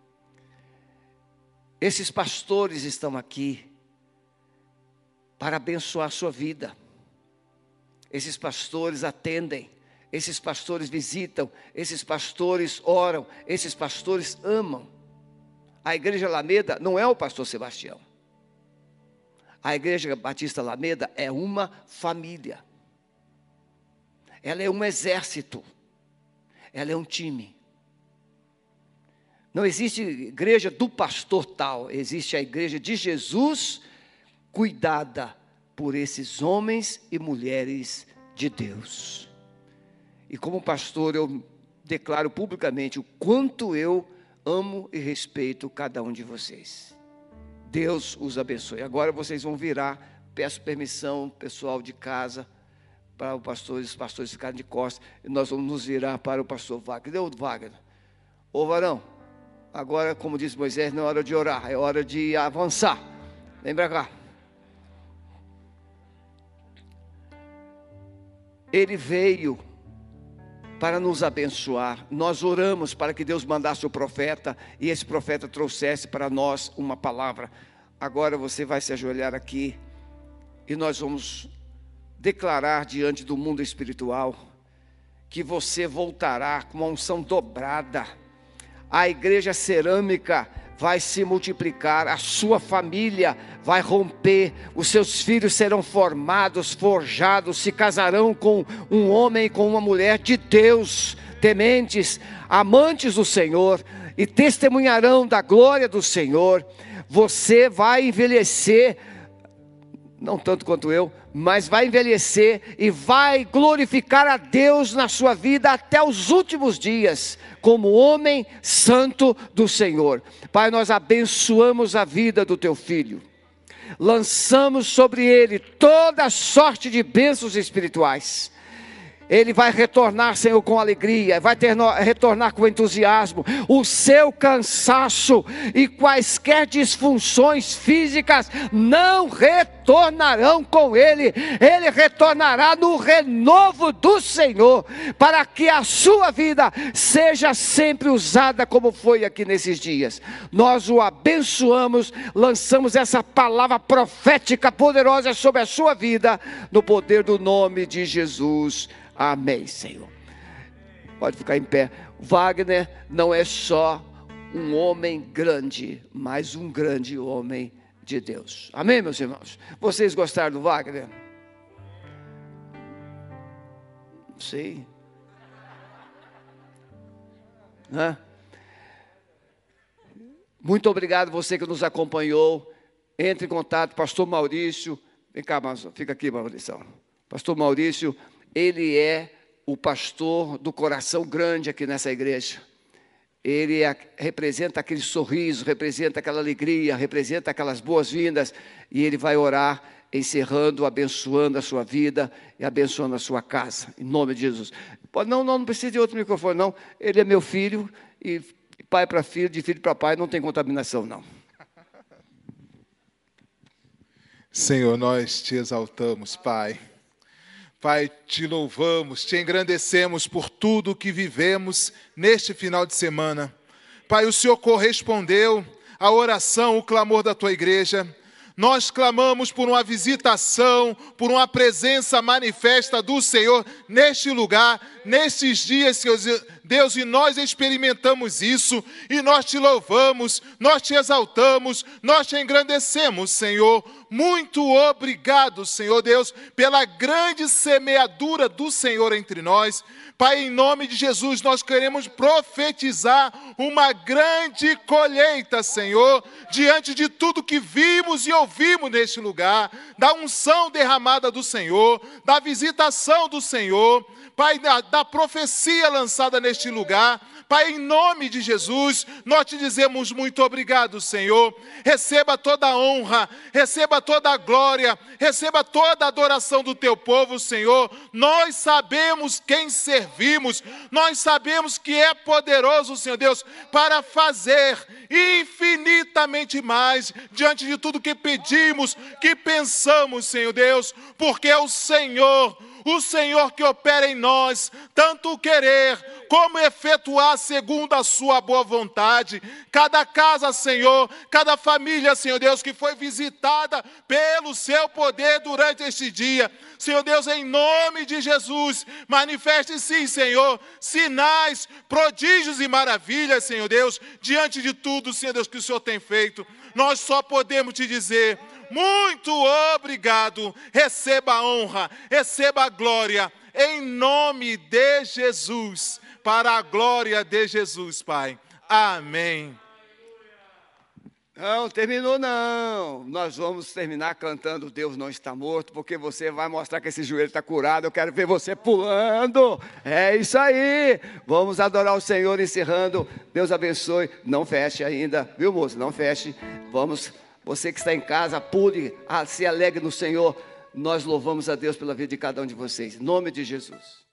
esses pastores estão aqui para abençoar a sua vida. Esses pastores atendem, esses pastores visitam, esses pastores oram, esses pastores amam. A Igreja Alameda não é o pastor Sebastião. A Igreja Batista Alameda é uma família. Ela é um exército. Ela é um time. Não existe igreja do pastor tal. Existe a igreja de Jesus, cuidada por esses homens e mulheres de Deus. E como pastor eu declaro publicamente o quanto eu amo e respeito cada um de vocês. Deus os abençoe. Agora vocês vão virar, peço permissão, pessoal de casa, para o pastor, os pastores ficarem de costas, e nós vamos nos virar para o pastor Wagner. Deu, Wagner, Ô varão, agora, como disse Moisés, não é hora de orar, é hora de avançar. Vem para cá. Ele veio para nos abençoar. Nós oramos para que Deus mandasse o profeta e esse profeta trouxesse para nós uma palavra. Agora você vai se ajoelhar aqui e nós vamos declarar diante do mundo espiritual que você voltará com uma unção dobrada. A igreja cerâmica vai se multiplicar, a sua família vai romper, os seus filhos serão formados, forjados, se casarão com um homem e com uma mulher de Deus, tementes, amantes do Senhor, e testemunharão da glória do Senhor. Você vai envelhecer, não tanto quanto eu, mas vai envelhecer e vai glorificar a Deus na sua vida até os últimos dias, como homem santo do Senhor. Pai, nós abençoamos a vida do teu filho, lançamos sobre ele toda sorte de bênçãos espirituais. Ele vai retornar, Senhor, com alegria, vai ter, retornar com entusiasmo. O seu cansaço e quaisquer disfunções físicas não retornarão com ele. Ele retornará no renovo do Senhor, para que a sua vida seja sempre usada como foi aqui nesses dias. Nós o abençoamos, lançamos essa palavra profética poderosa sobre a sua vida, no poder do nome de Jesus. Amém, Senhor. Pode ficar em pé. Wagner não é só um homem grande, mas um grande homem de Deus. Amém, meus irmãos? Vocês gostaram do Wagner? Não sei. Hã? Muito obrigado você que nos acompanhou. Entre em contato, pastor Maurício. Vem cá, fica aqui, Maurício. Pastor Maurício, ele é o pastor do coração grande aqui nessa igreja. Ele é, representa aquele sorriso, representa aquela alegria, representa aquelas boas-vindas. E ele vai orar, encerrando, abençoando a sua vida e abençoando a sua casa, em nome de Jesus. Não, não, não precisa de outro microfone, não. Ele é meu filho, e pai para filho, de filho para pai, não tem contaminação, não. Senhor, nós te exaltamos, Pai. Pai, te louvamos, te engrandecemos por tudo que vivemos neste final de semana. Pai, o Senhor correspondeu à oração, o clamor da tua igreja. Nós clamamos por uma visitação, por uma presença manifesta do Senhor neste lugar, nestes dias, Senhor Deus, e nós experimentamos isso, e nós te louvamos, nós te exaltamos, nós te engrandecemos, Senhor. Muito obrigado, Senhor Deus, pela grande semeadura do Senhor entre nós. Pai, em nome de Jesus, nós queremos profetizar uma grande colheita, Senhor, diante de tudo que vimos e ouvimos neste lugar, da unção derramada do Senhor, da visitação do Senhor, Pai, da, da profecia lançada neste lugar. Pai, em nome de Jesus, nós te dizemos muito obrigado, Senhor. Receba toda a honra, receba toda a glória, receba toda a adoração do teu povo, Senhor. Nós sabemos quem servimos, nós sabemos que é poderoso, Senhor Deus, para fazer infinitamente mais diante de tudo que pedimos, que pensamos, Senhor Deus, porque é o Senhor, o Senhor que opera em nós, tanto o querer como efetuar segundo a sua boa vontade. Cada casa, Senhor, cada família, Senhor Deus, que foi visitada pelo seu poder durante este dia, Senhor Deus, em nome de Jesus, manifeste sim, Senhor, sinais, prodígios e maravilhas, Senhor Deus, diante de tudo, Senhor Deus, que o Senhor tem feito. Nós só podemos te dizer muito obrigado. Receba a honra, receba a glória, em nome de Jesus, para a glória de Jesus, Pai. Amém. Não, terminou não. Nós vamos terminar cantando Deus não está morto, porque você vai mostrar que esse joelho está curado. Eu quero ver você pulando. É isso aí. Vamos adorar o Senhor encerrando. Deus abençoe. Não feche ainda, viu, moço? Não feche. Vamos, você que está em casa, pule, se alegre no Senhor. Nós louvamos a Deus pela vida de cada um de vocês. Em nome de Jesus.